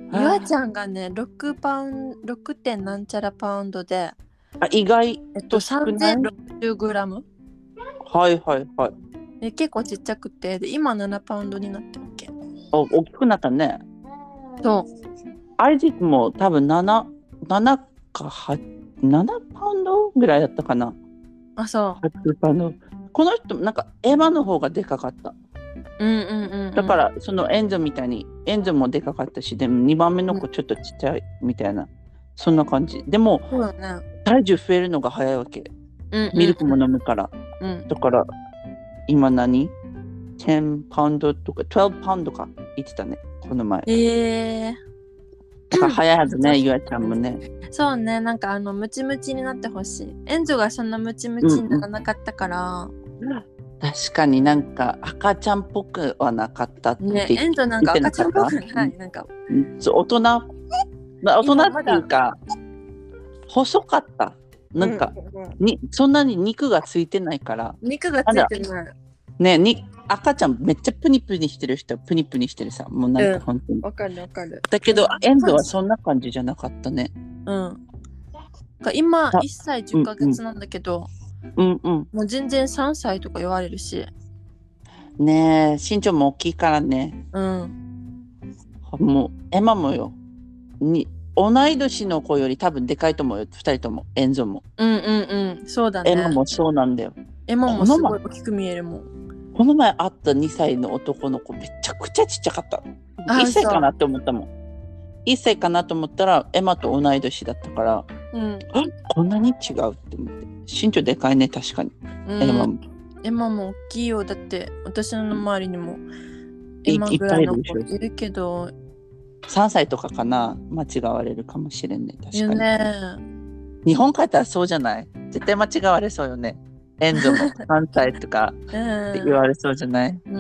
ゆあちゃんがね、ろくパウンド、ろく. 点なんちゃらパウンドで、 あ、意外えっと、 と少ない。 さんぜんろくじゅうグラム。 はいはいはい。 で結構ちっちゃくて、で今ななパウンドになってるっけ。 お大きくなったね。 そう。 アイジックも多分なな、ななかはち、ななパウンドぐらいだったかな。 あ、そはちパウンド。この人なんかエマの方がでかかった。 う。うんうんうん、うん。 だからそのエンゾみたいに、エンゾもでかかったし、でもにばんめの子ちょっとちっちゃいみたいな、うん、そんな感じ。でも、 そうだね、 体重増えるのが早いわけ。 うんうんうん、 ミルクも飲むから。 うん、 だから今何 ?じゅうパウンドとかじゅうパウンドか言ってたね、この前。 えー。 だから早いはずね、ゆあちゃんもね。 そうね、なんかあのムチムチになってほしい。エンゾがそんなムチムチにならなかったから、 うんうん、確かになんか赤ちゃんっぽくはなかったって言ってね、エンゾなんか赤ちゃんっぽくない、うん、なんか、 うん、そう大人、まあ、大人っていうか細かった。なんか、うんうんうん、にそんなに肉がついてないから。 肉がついてない。 ね、に赤ちゃんめっちゃプニプニしてる人、プニプニしてるさ、もうなんか本当に。 わ、うん、かるわかる。 だけど、エンドはそんな感じじゃなかったね。 うん。今いっさいじゅっかげつなんだけど、 うんうん、 もう全然さんさいとか言われるし。 ねえ、身長も大きいからね。 うん。 もうエマもよ。に同い年の子より多分でかいと思うよ、ふたりとも、エンゾも。 うんうんうん、そうだね。 エマもそうなんだよ。 エマもすごい大きく見えるもん。 この前会ったにさいの男の子めちゃくちゃちっちゃかった。いっさいかなって思ったもん。いっさいかなと思ったらエマと同い年だったから、うん、こんなに違うって思って。身長でかいね、確かに。 うん、エマも。エマも大きいよ。だって私の周りにもエマぐらいの子いるけど、 さんさいとかかな、間違われるかもしれんね。確かに。 ね、 日本帰ったらそうじゃない？絶対間違われそうよね。エンゾもさんさいとかって言われそうじゃない？ うん、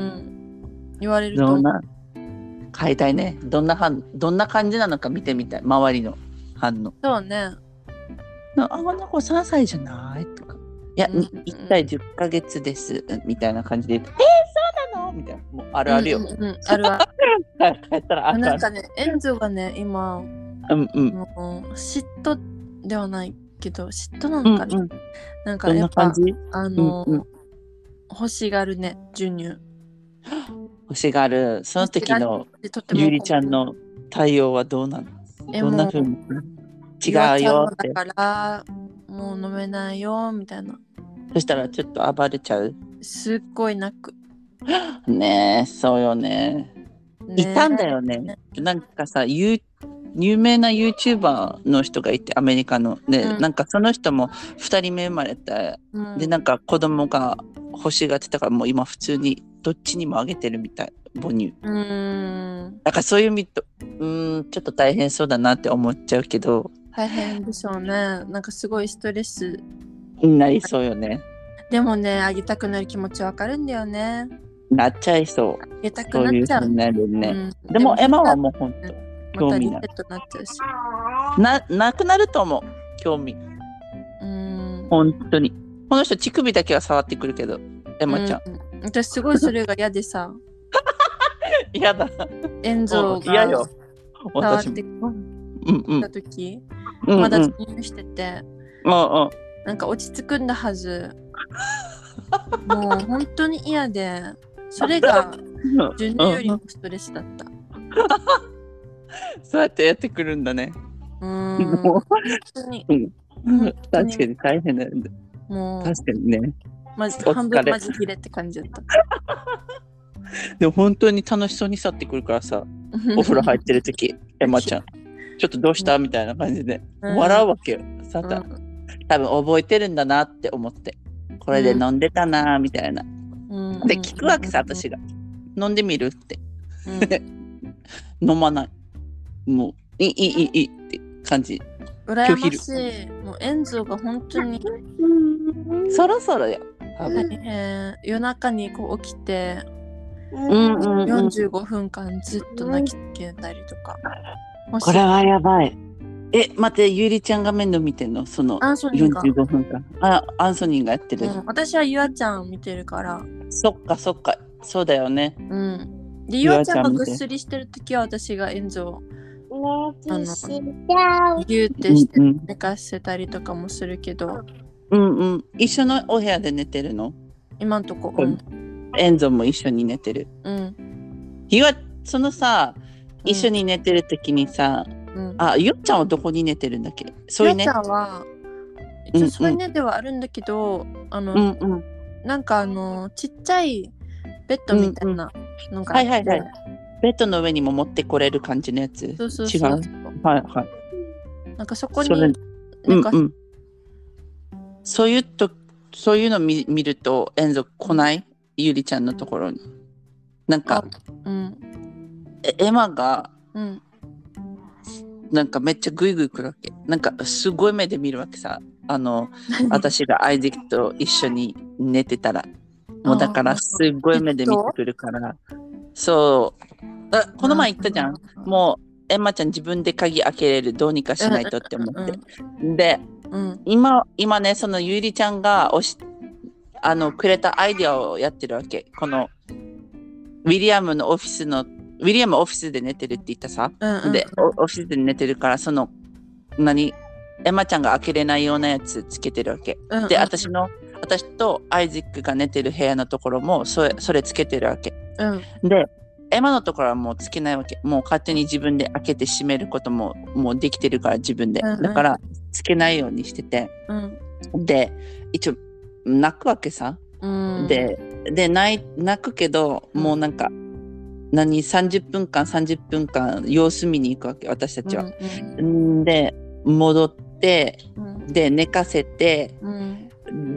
言われると。 どんな買いたいね。どんな反どんな感じなのか見てみたい。周りの反応。 そうね。 あ、あの子さんさいじゃないとか。いや、うんうん、いっさいじゅっかげつですみたいな感じで言うと、えー、そうなのみたいな。もうあるあるよ。うんうんうん、 あるある。 帰ったらあるある。 なんかね、エンゾがね、今、 うんうん、 もう嫉妬ではないけど、嫉妬なのかな、うんうん、なんかやっぱ、あの、うんうん、欲しがるね、授乳。 欲しがる。その時のゆりちゃんの対応はどうなの？どんな風に？違うよって。 だからもう飲めないよみたいな。 そしたらちょっと暴れちゃう？すっごい泣く。 ねえ、そうよね。ね、いたんだよね。なんかさ、有名な YouTuber の人がいて、アメリカのね、うん、なんかその人もふたりめ生まれて、うん、でなんか子供が欲しがってたから、もう今普通にどっちにもあげてるみたい、母乳。うーん、だからそういう意味と、うーん、ちょっと大変そうだなって思っちゃうけど。 大変でしょうね。なんかすごいストレスになりそうよね。 でもね、あげたくなる気持ちわかるんだよね。 なっちゃいそう。 あげたくなっちゃう。 そういう風になるね。うん、でもエマはもう本当興味ない。 またリセットなっちゃうし。 な、なくなると思う。興味。うん。本当に。この人乳首だけは触ってくるけど、エマちゃん。 うん、私すごいそれが嫌でさ。 嫌だ。 エンゾが嫌よ。 触ってきた時、うんうん、まだ授乳してて、 うんうん、 なんか落ち着くんだはず。もう本当に嫌で、それが授乳よりもストレスだった。 そうやってやってくるんだね。 うーん。本当に。 うん、確かに大変なんだ。もう確かにね。 まじ半分マジ切れって感じだった。 でも本当に楽しそうに去ってくるからさ、お風呂入ってる時、エマちゃん、ちょっとどうしたみたいな感じで、うん、笑うわけよ。さた、うん、多分覚えてるんだなって思って、これで飲んでたなみたいな。うん、で聞くわけさ、私が。飲んでみるって。うん、飲まない。もういいいいいいって感じ。 羨ましい。もうエンゾが本当にそろそろよ。 えー、夜中にこう起きて、 うんうんうん、 よんじゅうごふんかんずっと泣きつけたりとか。 これはやばい。え、待って、ゆりちゃんが面倒見てんの？そのよんじゅうごふんかん。あ、アンソニーがやってる。 うん、私はゆあちゃん見てるから。 そっかそっか、そうだよね。 うん。で、ゆあちゃんがぐっすりしてるときは私がエンゾをあのギューってして寝かせたりとかもするけど、 うんうん、一緒のお部屋で寝てるの？ 今んとこ、うん、 エンゾも一緒に寝てる。 うん。 ゆあそのさ、一緒に寝てる時にさ、うん、あ、ゆあちゃんはどこに寝てるんだっけ？ ゆあちゃんは一応添い寝ではあるんだけど、うんうん、あの、うんうん、なんかあのちっちゃいベッドみたいなのがあって、うんうん、はいはいはい、 ベッドの上にも持ってこれる感じのやつ。 そうそうそう、違う。 はいはい。 なんかそこに寝かす、 うんうん、そういうとそういうの見見るとエンゾ来ない？ゆりちゃんのところに。なんか、うん、エマが、うん、なんかめっちゃグイグイ来るわけ。なんかすごい目で見るわけさ。あの私がアイゼックと一緒に寝てたら。もうだからすごい目で見てくるから。そうあ。この前言ったじゃん。もうエマちゃん自分で鍵開けれる。どうにかしないとって思って。うん、で、うん、今, 今ね、そのゆりちゃんがおしあのくれたアイディアをやってるわけ。このウィリアムのオフィスのウィリアムオフィスで寝てるって言ったさ、うんうん、でオフィスで寝てるからその何エマちゃんが開けれないようなやつつけてるわけ、うんうん、で私の私とアイゼックが寝てる部屋のところもそれそれつけてるわけ、うん、でエマのところはもうつけないわけ。もう勝手に自分で開けて閉めることももうできてるから自分で、うんうん、だからつけないようにしてて、うん、で一応泣くわけさ、うん、でで 泣, 泣くけどもうなんか、うん、何さんじゅっぷんかんさんじゅっぷんかん様子見に行くわけ私たちは、うんうん、で戻って、うん、で寝かせて、うん、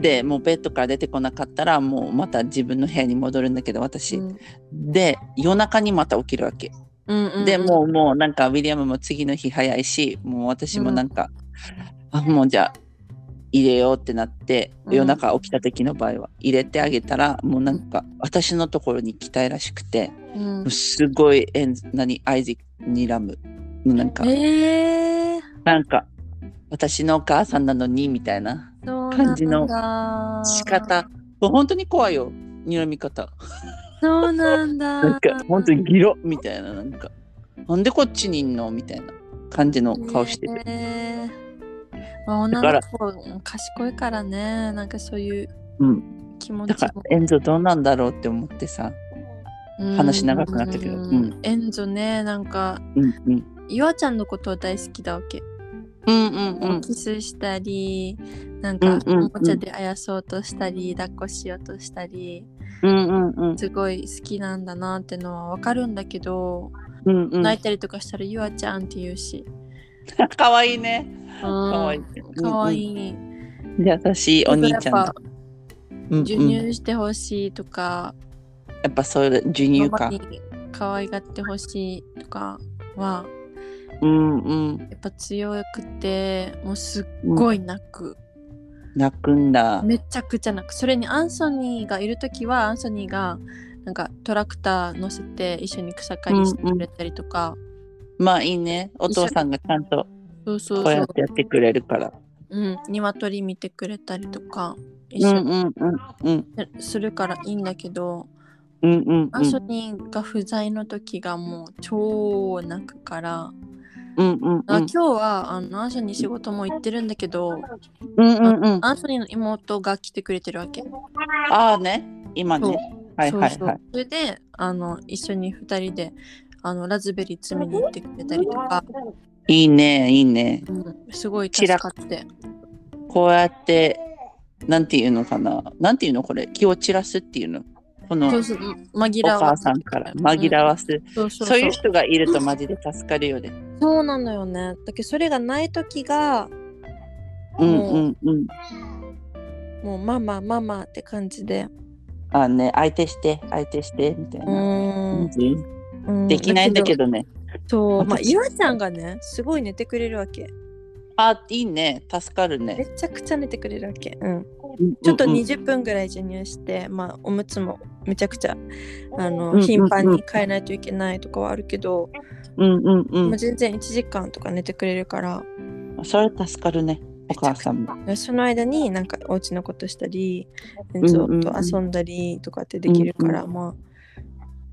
でもうベッドから出てこなかったらもうまた自分の部屋に戻るんだけど私、うん、で夜中にまた起きるわけ、うんうんうん、でもうもうなんかウィリアムも次の日早いしもう私もなんか、うん、あもうじゃあ入れようってなって、うん、夜中起きた時の場合は入れてあげたらもうなんか私のところに来たいらしくて、うん、すごいエン何アイゼックにらむなんか、えー、なんか私のお母さんなのにみたいな感じの仕方。本当に怖いよ睨み方。 そうなんだ。 なんか本当にギロみたいななんかなんでこっちにいんのみたいな感じの顔してる。えーまあ、女の子賢いからねなんかそういう気持ちも、うん、 だからエンゾどうなんだろうって思ってさ話長くなったけど、うん、 エンゾねなんか、うんうん、ゆあちゃんのことは大好きだわけ、うんうんうん、キスしたりなんかおもちゃであやそうとしたり、うんうんうん、抱っこしようとしたり、うんうんうん、すごい好きなんだなってのはわかるんだけど、うんうん、泣いたりとかしたらゆあちゃんって言うしかわいいね。 かわいい。かわいい。 優しいお兄ちゃんだ。 授乳してほしいとか、 うんうん、やっぱそういう授乳か。 可愛がってほしいとかは、 うんうん、 やっぱ強くて、もうすっごい泣く。 うん、泣くんだ。 めちゃくちゃ泣く。それにアンソニーがいるときは、アンソニーがなんかトラクター乗せて一緒に草刈りしてくれたりとか。うんうん、まあいいね。お父さんがちゃんとこうやってやってくれるから。 うん、鶏見てくれたりとか一緒にするからいいんだけど、うんうんうん、アンソニーが不在の時がもう超泣くから、うんうんうん、今日はあのアンソニー仕事も行ってるんだけど、うんうんうん、アンソニーの妹が来てくれてるわけ。 ああね今ね、はいはいはい、そうそうそれであの一緒にふたりであのラズベリー摘みに行ってくれたりとか。 いいねいいね、 うん、すごい助かってこうやってなんていうのかななんていうのこれ気を散らすっていうのこのそうそう紛らわすお母さんから紛らわす、うん、そうそうそう、そういう人がいるとマジで助かるよね。 そうなのよね。だけどそれがない時がうんうんうんもうママママって感じであね相手して相手してみたいな感じ、うん、できないんだけどね。 そうまあゆあちゃんがねすごい寝てくれるわけ。 あいいね助かるね。 めちゃくちゃ寝てくれるわけ、うん、ちょっとにじゅっぷんぐらい授乳して、まあおむつもめちゃくちゃあの、うんうんうん、頻繁に変えないといけないとかはあるけど、うんうんうん、まあ、全然いちじかんとか寝てくれるからそれ助かるねお母さんも。 その間になんかお家のことしたりエンゾと遊んだりとかってできるから、うんうんうん、まあ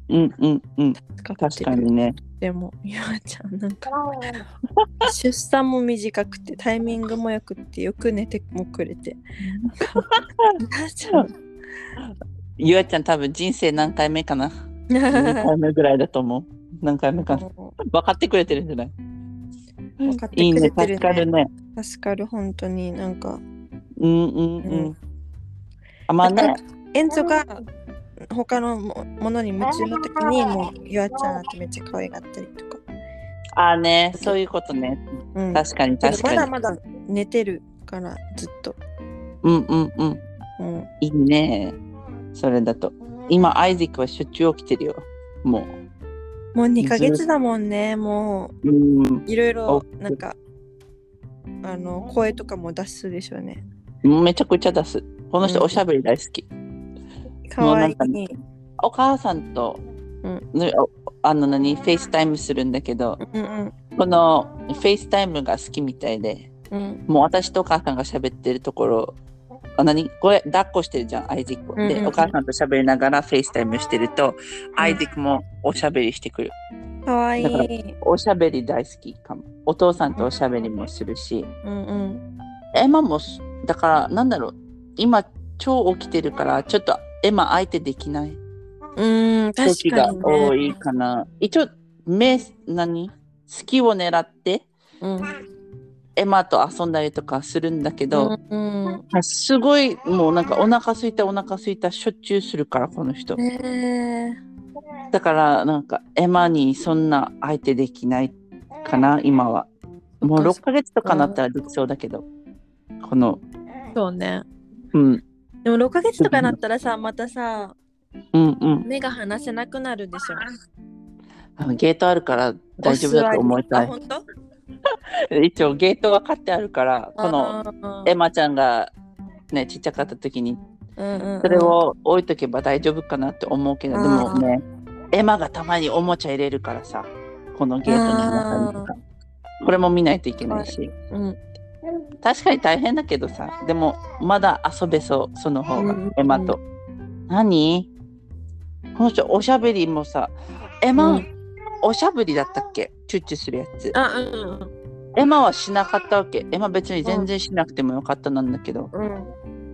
うんうんうん。 使ってる。 確かにね。 でもゆあちゃんなんか出産も短くてタイミングもよくってよく寝てもくれてゆあちゃんゆあちゃん多分人生何回目かなにかいめぐらいだと思う。何回目かな分かってくれてるんじゃない？ 分かってくれてるね。いいね、 助かるね。 助かる、本当になんかうんうんうん、うん、あまあね、 エンゾが他のものに夢中の時にもうゆあちゃんってめっちゃ可愛がったりとか。 ああね、そういうことね、うん、確かに確かに。 まだまだ寝てるからずっと。 うんうんうん、うん、いいね。それだと今アイゼックはしょっちゅう起きてるよ。もうもうにかげつだもんね。もう、うん、いろいろなんかあの声とかも出すでしょうね。 めちゃくちゃ出す。この人おしゃべり大好き。 かわいい。 ね、お母さんと、うん、あの何フェイスタイムするんだけど、うんうん、このフェイスタイムが好きみたいで、うん、もう私とお母さんが喋ってるところ、あ何これ抱っこしてるじゃん、アイゼック、うんうん、でお母さんと喋りながらフェイスタイムしてると、うん、アイゼックもおしゃべりしてくる。 かわいい。 だからおしゃべり大好きかも。お父さんとおしゃべりもするし、うんうん、エマもだからなんだろう、今超起きてるからちょっとエマ相手できない。 うん、確かに、ね、時が多いかな。一応目何好きを狙って、うん、エマと遊んだりとかするんだけど、うんうん、すごいもうなんかお腹空いたお腹空いたしょっちゅうするからこの人。へー。だからなんかエマにそんな相手できないかな今は。もうろっかげつとかなったらできそうだけど、このそうね。 うん。 でもろっかげつとかなったらさまたさ、 うんうん、 目が離せなくなるでしょ。 あのゲートあるから大丈夫だと思いたい。 本当？ 一応ゲートが買ってあるからこのエマちゃんがねちっちゃかった時に、うんうんうん、それを置いとけば大丈夫かなって思うけど、でもねエマがたまにおもちゃ入れるからさこのゲートの中にとかこれも見ないといけないし、うん、確かに大変だけどさでもまだ遊べそうその方が、うん、エマと。何この人おしゃべりもさエマ、うん、おしゃべりだったっけチュッチュするやつ。あ、うんうん、エマはしなかったわけ。エマ別に全然しなくてもよかったなんだけど、うん、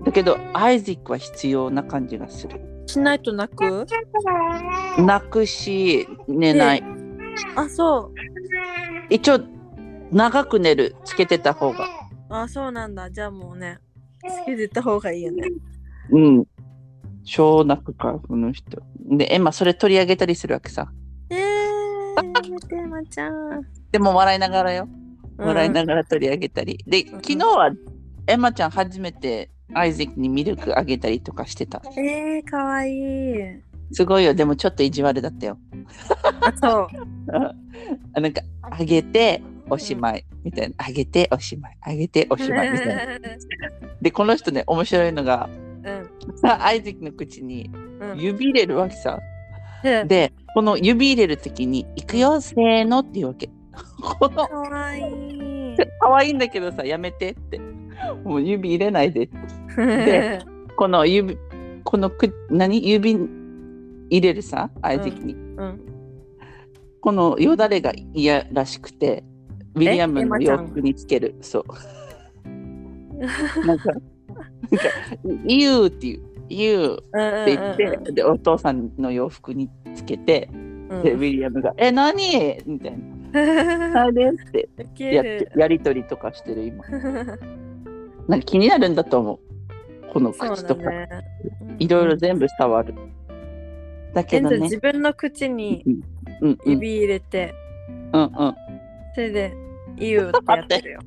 だけどアイゼックは必要な感じがする。 しないと泣く？ 泣くし寝ない。 あ、そう。 一応長く寝るつけてた方が。 あ、そうなんだ。じゃあもうねつけてた方がいいよね。 うん。超泣くからこの人でエマそれ取り上げたりするわけさ。 えー、エマちゃん。 でも笑いながらよ。笑いながら取り上げたり、うん、で昨日はエマちゃん初めてアイゼックにミルクあげたりとかしてた。 えー、かわいい。 すごいよ。でもちょっと意地悪だったよ。 あ、そうなんかあげておしまいみたいな、あげておしまいあげておしまいみたいなでこの人ね面白いのが、うん、アイゼックの口に指入れるわけさ、うん、でこの指入れるときに行くよせーのって言うわけ。このかわいいかわいいんだけどさやめてってもう指入れないででこの指このく何指入れるさアイゼックに、うんうん、このよだれが嫌らしくてウィリアムの洋服につける。そうなんか言うっていう言うって言って、うんうんうん、でお父さんの洋服につけて、うん、でウィリアムがえ何みたいなあれってやってやりとりとかしてる今なんか気になるんだと思うこの口とか、ね、いろいろ全部触る。だけどね自分の口に指入れて、 うんうん、 それで言うってやってるよ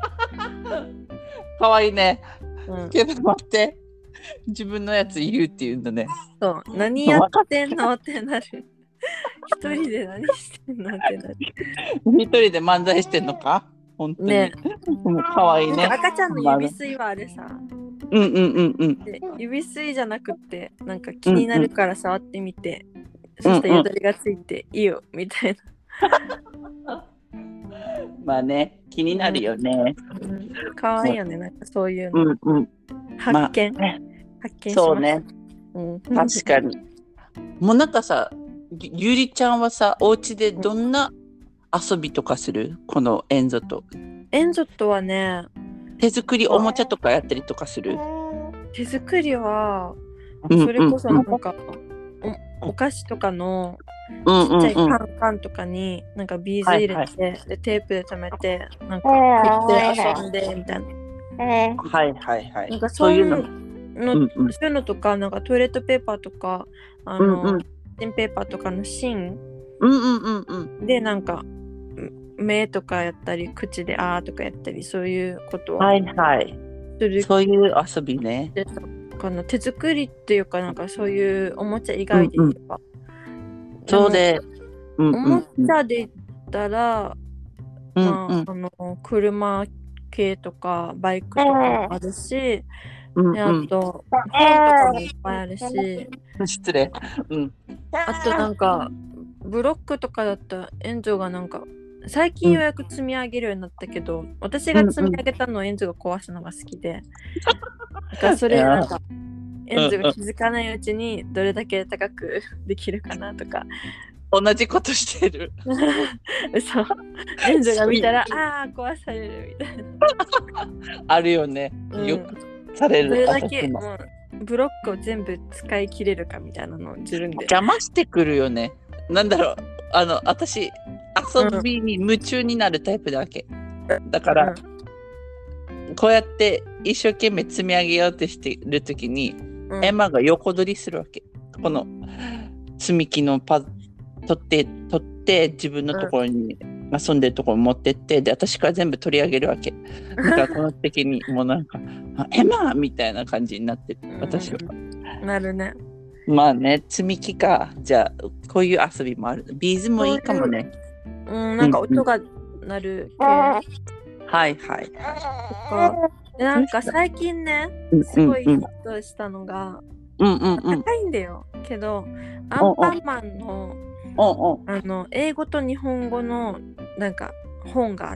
かわいいね、うん、けど待って自分のやつ言うって言うんだね。 そう何やってんのってなる一人で何してんのってなる一人で漫才してんのか本当にね。かわいいね。 赤ちゃんの指吸いはあれさ、 うんうんうんうん。 で指吸いじゃなくてなんか気になるから触ってみて、うんうん、そしたらよだれがついていいよみたいなまあね気になるよね、 うんうん、かわいいよねなんかそういうの、 うんうん、 発見、まあ、発見します。 そうね、うん、確かにもうなんかさゆゆりちゃんはさ、お家でどんな遊びとかする？このエンゾと。 エンゾとはね、 手作りおもちゃとかやったりとかする？ 手作りは、 うんうんそれこそなんか、お、お菓子とかのうんうんうんちっちゃいカンカンとかになんかビーズ入れて、 はいはでテープで留めてなんか振って遊んでみたいな。 はいはいはい。 なんかそういうの、 そううんうんそういうのとか、なんかトイレットペーパーとか、あの、 うんうんキッチンペーパーとかの芯うんうんうんうん。 でなんか目とかやったり、口であーとかやったり、そういうことをはいはい。 する。 そういう遊びね。 かな、手作りっていうか、なんかそういうおもちゃ以外で言えば。 うんうん、そうで、 おもちゃで言ったら、 うんまあ、 うん、 あの車系とかバイクとかもあるし、 うんであうん、 と本とかもいっぱいあるし、 失礼、うん、 あとなんかブロックとかだったらエンゾがなんか最近ようやく積み上げるようになったけど、うん、私が積み上げたのをエンゾが壊すのが好きで、だからそれなんかエンゾが気づかないうちにどれだけ高くできるかなとか。 同じことしてる。 そう。エンゾが見たら、ああ、壊されるみたいな。 あるよね。 うん、 よくされる。 どれだけもうブロックを全部使い切れるかみたいなのを自分で。 邪魔してくるよね。なんだろう。あの、私、遊びに夢中になるタイプだわけ。うん、だから、うん、こうやって一生懸命積み上げようとしてるときに、うん、エマが横取りするわけ。この積み木のパズ取って取って自分のところに、うん、遊んでるところに持ってってで私から全部取り上げるわけ。だからこの時にもうなんかエマみたいな感じになってる私は、うん、 なるね。 まあね積み木か。じゃあこういう遊びもある。ビーズもいいかもね。 うん、なんか音が鳴る系、うん、 はいはいとかなんか最近ねすごいヒットしたのが、 うんうんうん、 高いんだよけどアンパンマンのおうあの英語と日本語のなんか本があって、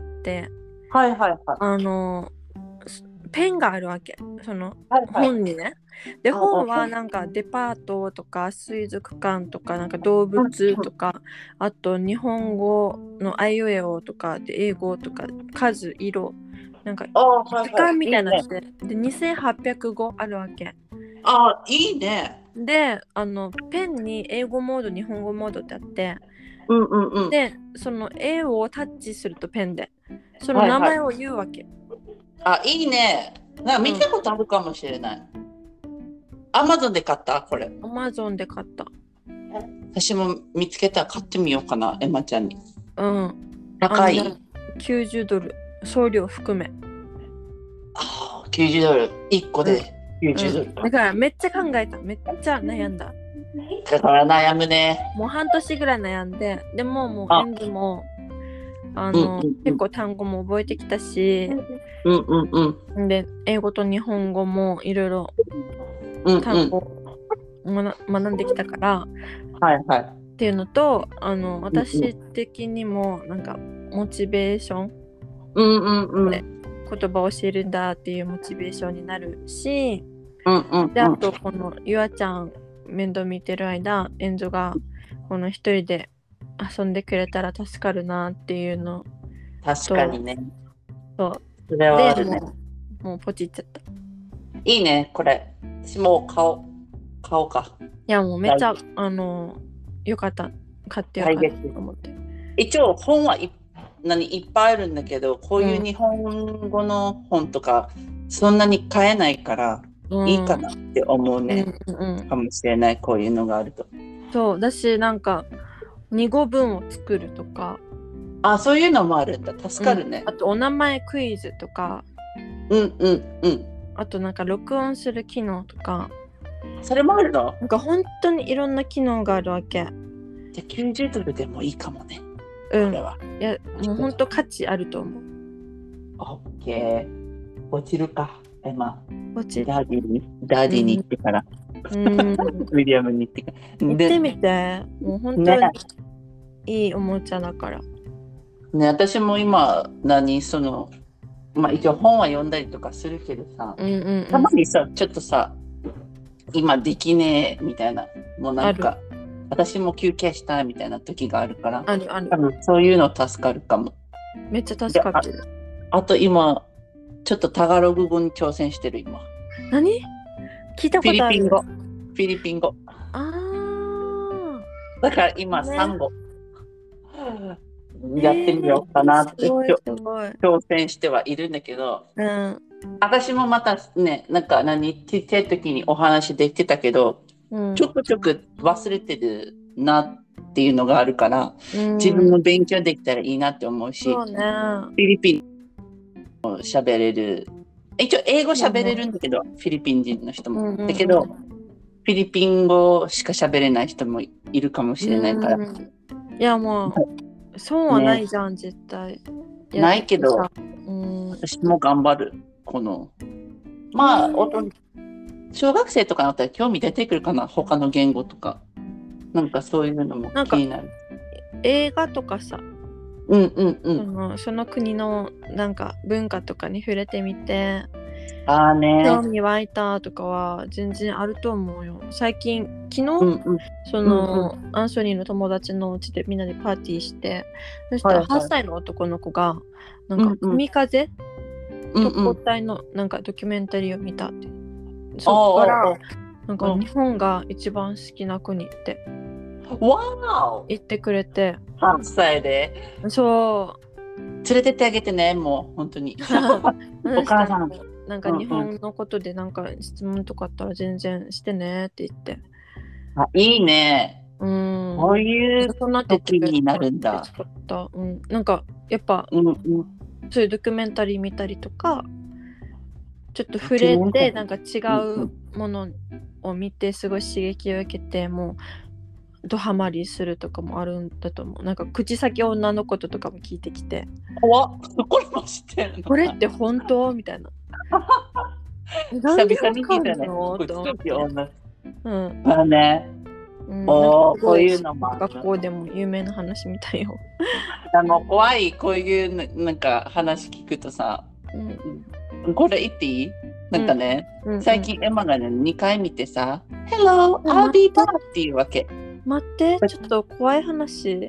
はいはいはい、 あのペンがあるわけその本にね、はいはい、で本はなんかデパートとか水族館とかなんか動物とか、あと日本語のあいうえおとかで英語とか数色なんか図鑑みたいなので、はいはい、でにせんはっぴゃくごあるわけ。 ああいいね。 であのペンに英語モード日本語モードってあって、 うんうんうん、 でその絵をタッチするとペンでその名前を言うわけ、 はいはい、あいいね。なんか見たことあるかもしれない。アマゾンで買ったこれ。 アマゾンで買った。 私も見つけたら買ってみようかなエマちゃんに。 うん高いきゅうじゅうドル送料含め。 あきゅうじゅうドルいっこで、うんきゅうじゅうドル、うん、 だからめっちゃ考えた。めっちゃ悩んだ。 だから悩むね。 もう半年ぐらい悩んで、でももうエンズもあの、うんうんうん、結構単語も覚えてきたし、 うんうんうん、 で英語と日本語もいろいろ単語を学んできたから、 はいはい、 っていうのとあの私的にもなんかモチベーション、 うんうんうん、 で言葉を教えるんだっていうモチベーションになるし、 うんうんうん、 であとこのゆあちゃん面倒見てる間エンゾがこの一人で遊んでくれたら助かるなっていうの。 確かにね。 そうそれはあるね。 もう、もうポチっちゃった。 いいねこれ。私も買おう買おうか。 いやもうめっちゃあのよかった買ってよかったと思って。 一応本はい何いっぱいあるんだけどこういう日本語の本とか、うん、そんなに買えないから、うん、いいかなって思うね、うんうんうん、かもしれないこういうのがあると。 そうだしなんかに語文を作るとかあそういうのもあるんだ助かるね、 うん、あとお名前クイズとかうんうんうんあとなんか録音する機能とかそれもあるのなんか本当にいろんな機能があるわけ。 じゃあきゅうじゅうドルでもいいかもね。 うん。これは。いやもう本当価値あると思う。 オッケー。落ちるかエマ。 落ちる。 ダーディにダーディに行ってから。うん。ウィリアムに行ってから。 行ってみて。もう本当にいいおもちゃだから。 ね私も今何そのまあ一応本は読んだりとかするけどさ、 うんうんうん、 たまにさちょっとさ今できねえみたいなもうなんか私も休憩したいみたいな時があるから、 あるある。 多分そういうの助かるかも。 めっちゃ助かってる。 あ, あと今、ちょっとタガログ語に挑戦してる今。 何？聞いたことある。 フィリピン語。フィリピン語。 ああ。 だから今、ね、さん語。やってみようかなって、えー、挑戦してはいるんだけど、 うん、 私もまたね、なんか何って言ってる時にお話できてたけど、うん、ちょくちょく忘れてるなっていうのがあるから、うん、自分も勉強できたらいいなって思うし、 そうね、 フィリピンも喋れる、一応英語喋れるんだけど、ね、フィリピン人の人も、うんうんうん、だけどフィリピン語しか喋れない人もいるかもしれないから、うん、 いやもうそうはないじゃん、ね、絶対ないけど、うん、私も頑張る。このまあ、小学生とかだったら興味出てくるかな、他の言語とか。なんかそういうのも気になる。 映画とかさ、 うんうんうん、 その、その国のなんか文化とかに触れてみて、 あーね、 興味湧いたとかは全然あると思うよ。最近昨日、うんうん、その、うんうん、アンソニーの友達のうちでみんなでパーティーして、そしたらはっさいの男の子がなんか海風、特攻隊のなんかドキュメンタリーを見たって、うんうん、そこからなんか日本が一番好きな国って言ってくれて、 はっさいでそう連れてってあげてね、もう本当にお母さんなんか日本のことでなんか質問とかあったら全然してねって言って、 あ、いいね、 うん、 こういう時になるんだ、 うん、なんかやっぱ、うんうん、そういうドキュメンタリー見たりとかちょっと触れてなんか違うものを見てすごい刺激を受けてもうドハマりするとかもあるんだと思う。なんか口先女のこととかも聞いてきて、 怖っ、これも知ってるの？ これって本当みたいな久々に聞いたね、口先女、うん、まあね、うん、おこういうのも学校でも有名な話みたいよあの怖い、こういうなんか話聞くとさ、うん、これ言っていい？なんかね、うん、最近エマがねにかい見てさ、Hello, I'll be back っていうわけ。 待って、ちょっと怖い話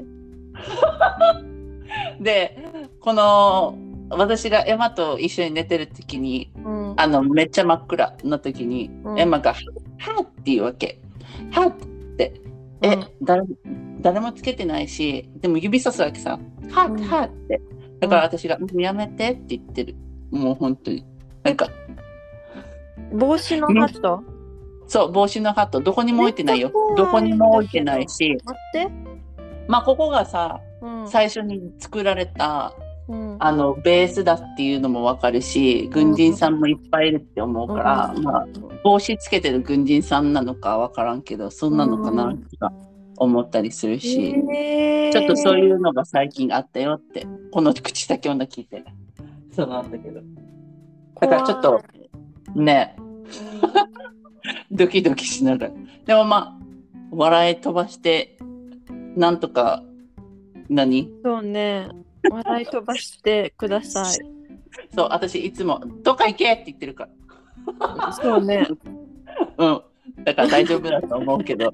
で、この私がエマと一緒に寝てる時に、うん、あのめっちゃ真っ暗の時に、うん、エマがはっていうわけ。はってえ、うん、誰, 誰もつけてないし、でも指さすわけさ、はっはって。だから私が、うん、やめてって言ってる。もう本当になんか帽子のハット、 そう、帽子のハットどこにも置いてないよ。どこにも置いてないし、 待って、 まあここがさ、うん、最初に作られた、うん、あのベースだっていうのもわかるし、軍人さんもいっぱいいるって思うから、うん、まあ帽子つけてる軍人さんなのかわからんけど、そんなのかなとか思ったりするし、えー、ちょっとそういうのが最近あったよってこの口先女聞いてそうなんだけど、だからちょっとねドキドキしながら、でもまあ笑い飛ばしてなんとか何そうね、笑い飛ばしてくださいそう、私いつもどっか行けって言ってるからそうねうんだから大丈夫だと思うけど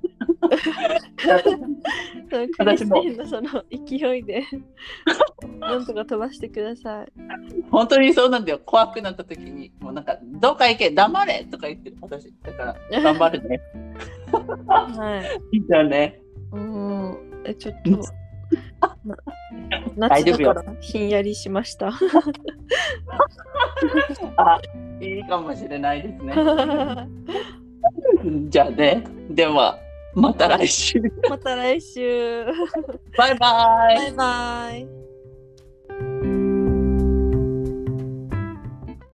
私もその勢いでなんとか飛ばしてください。 本当にそうなんだよ。怖くなった時にもうなんかどっか行け黙れとか言ってる私だから頑張るねはいいいじゃんね。 うんえちょっと夏だからひんやりしましたあ、いいかもしれないですねじゃあね、ではまた来週また来週バイバイバイバイ。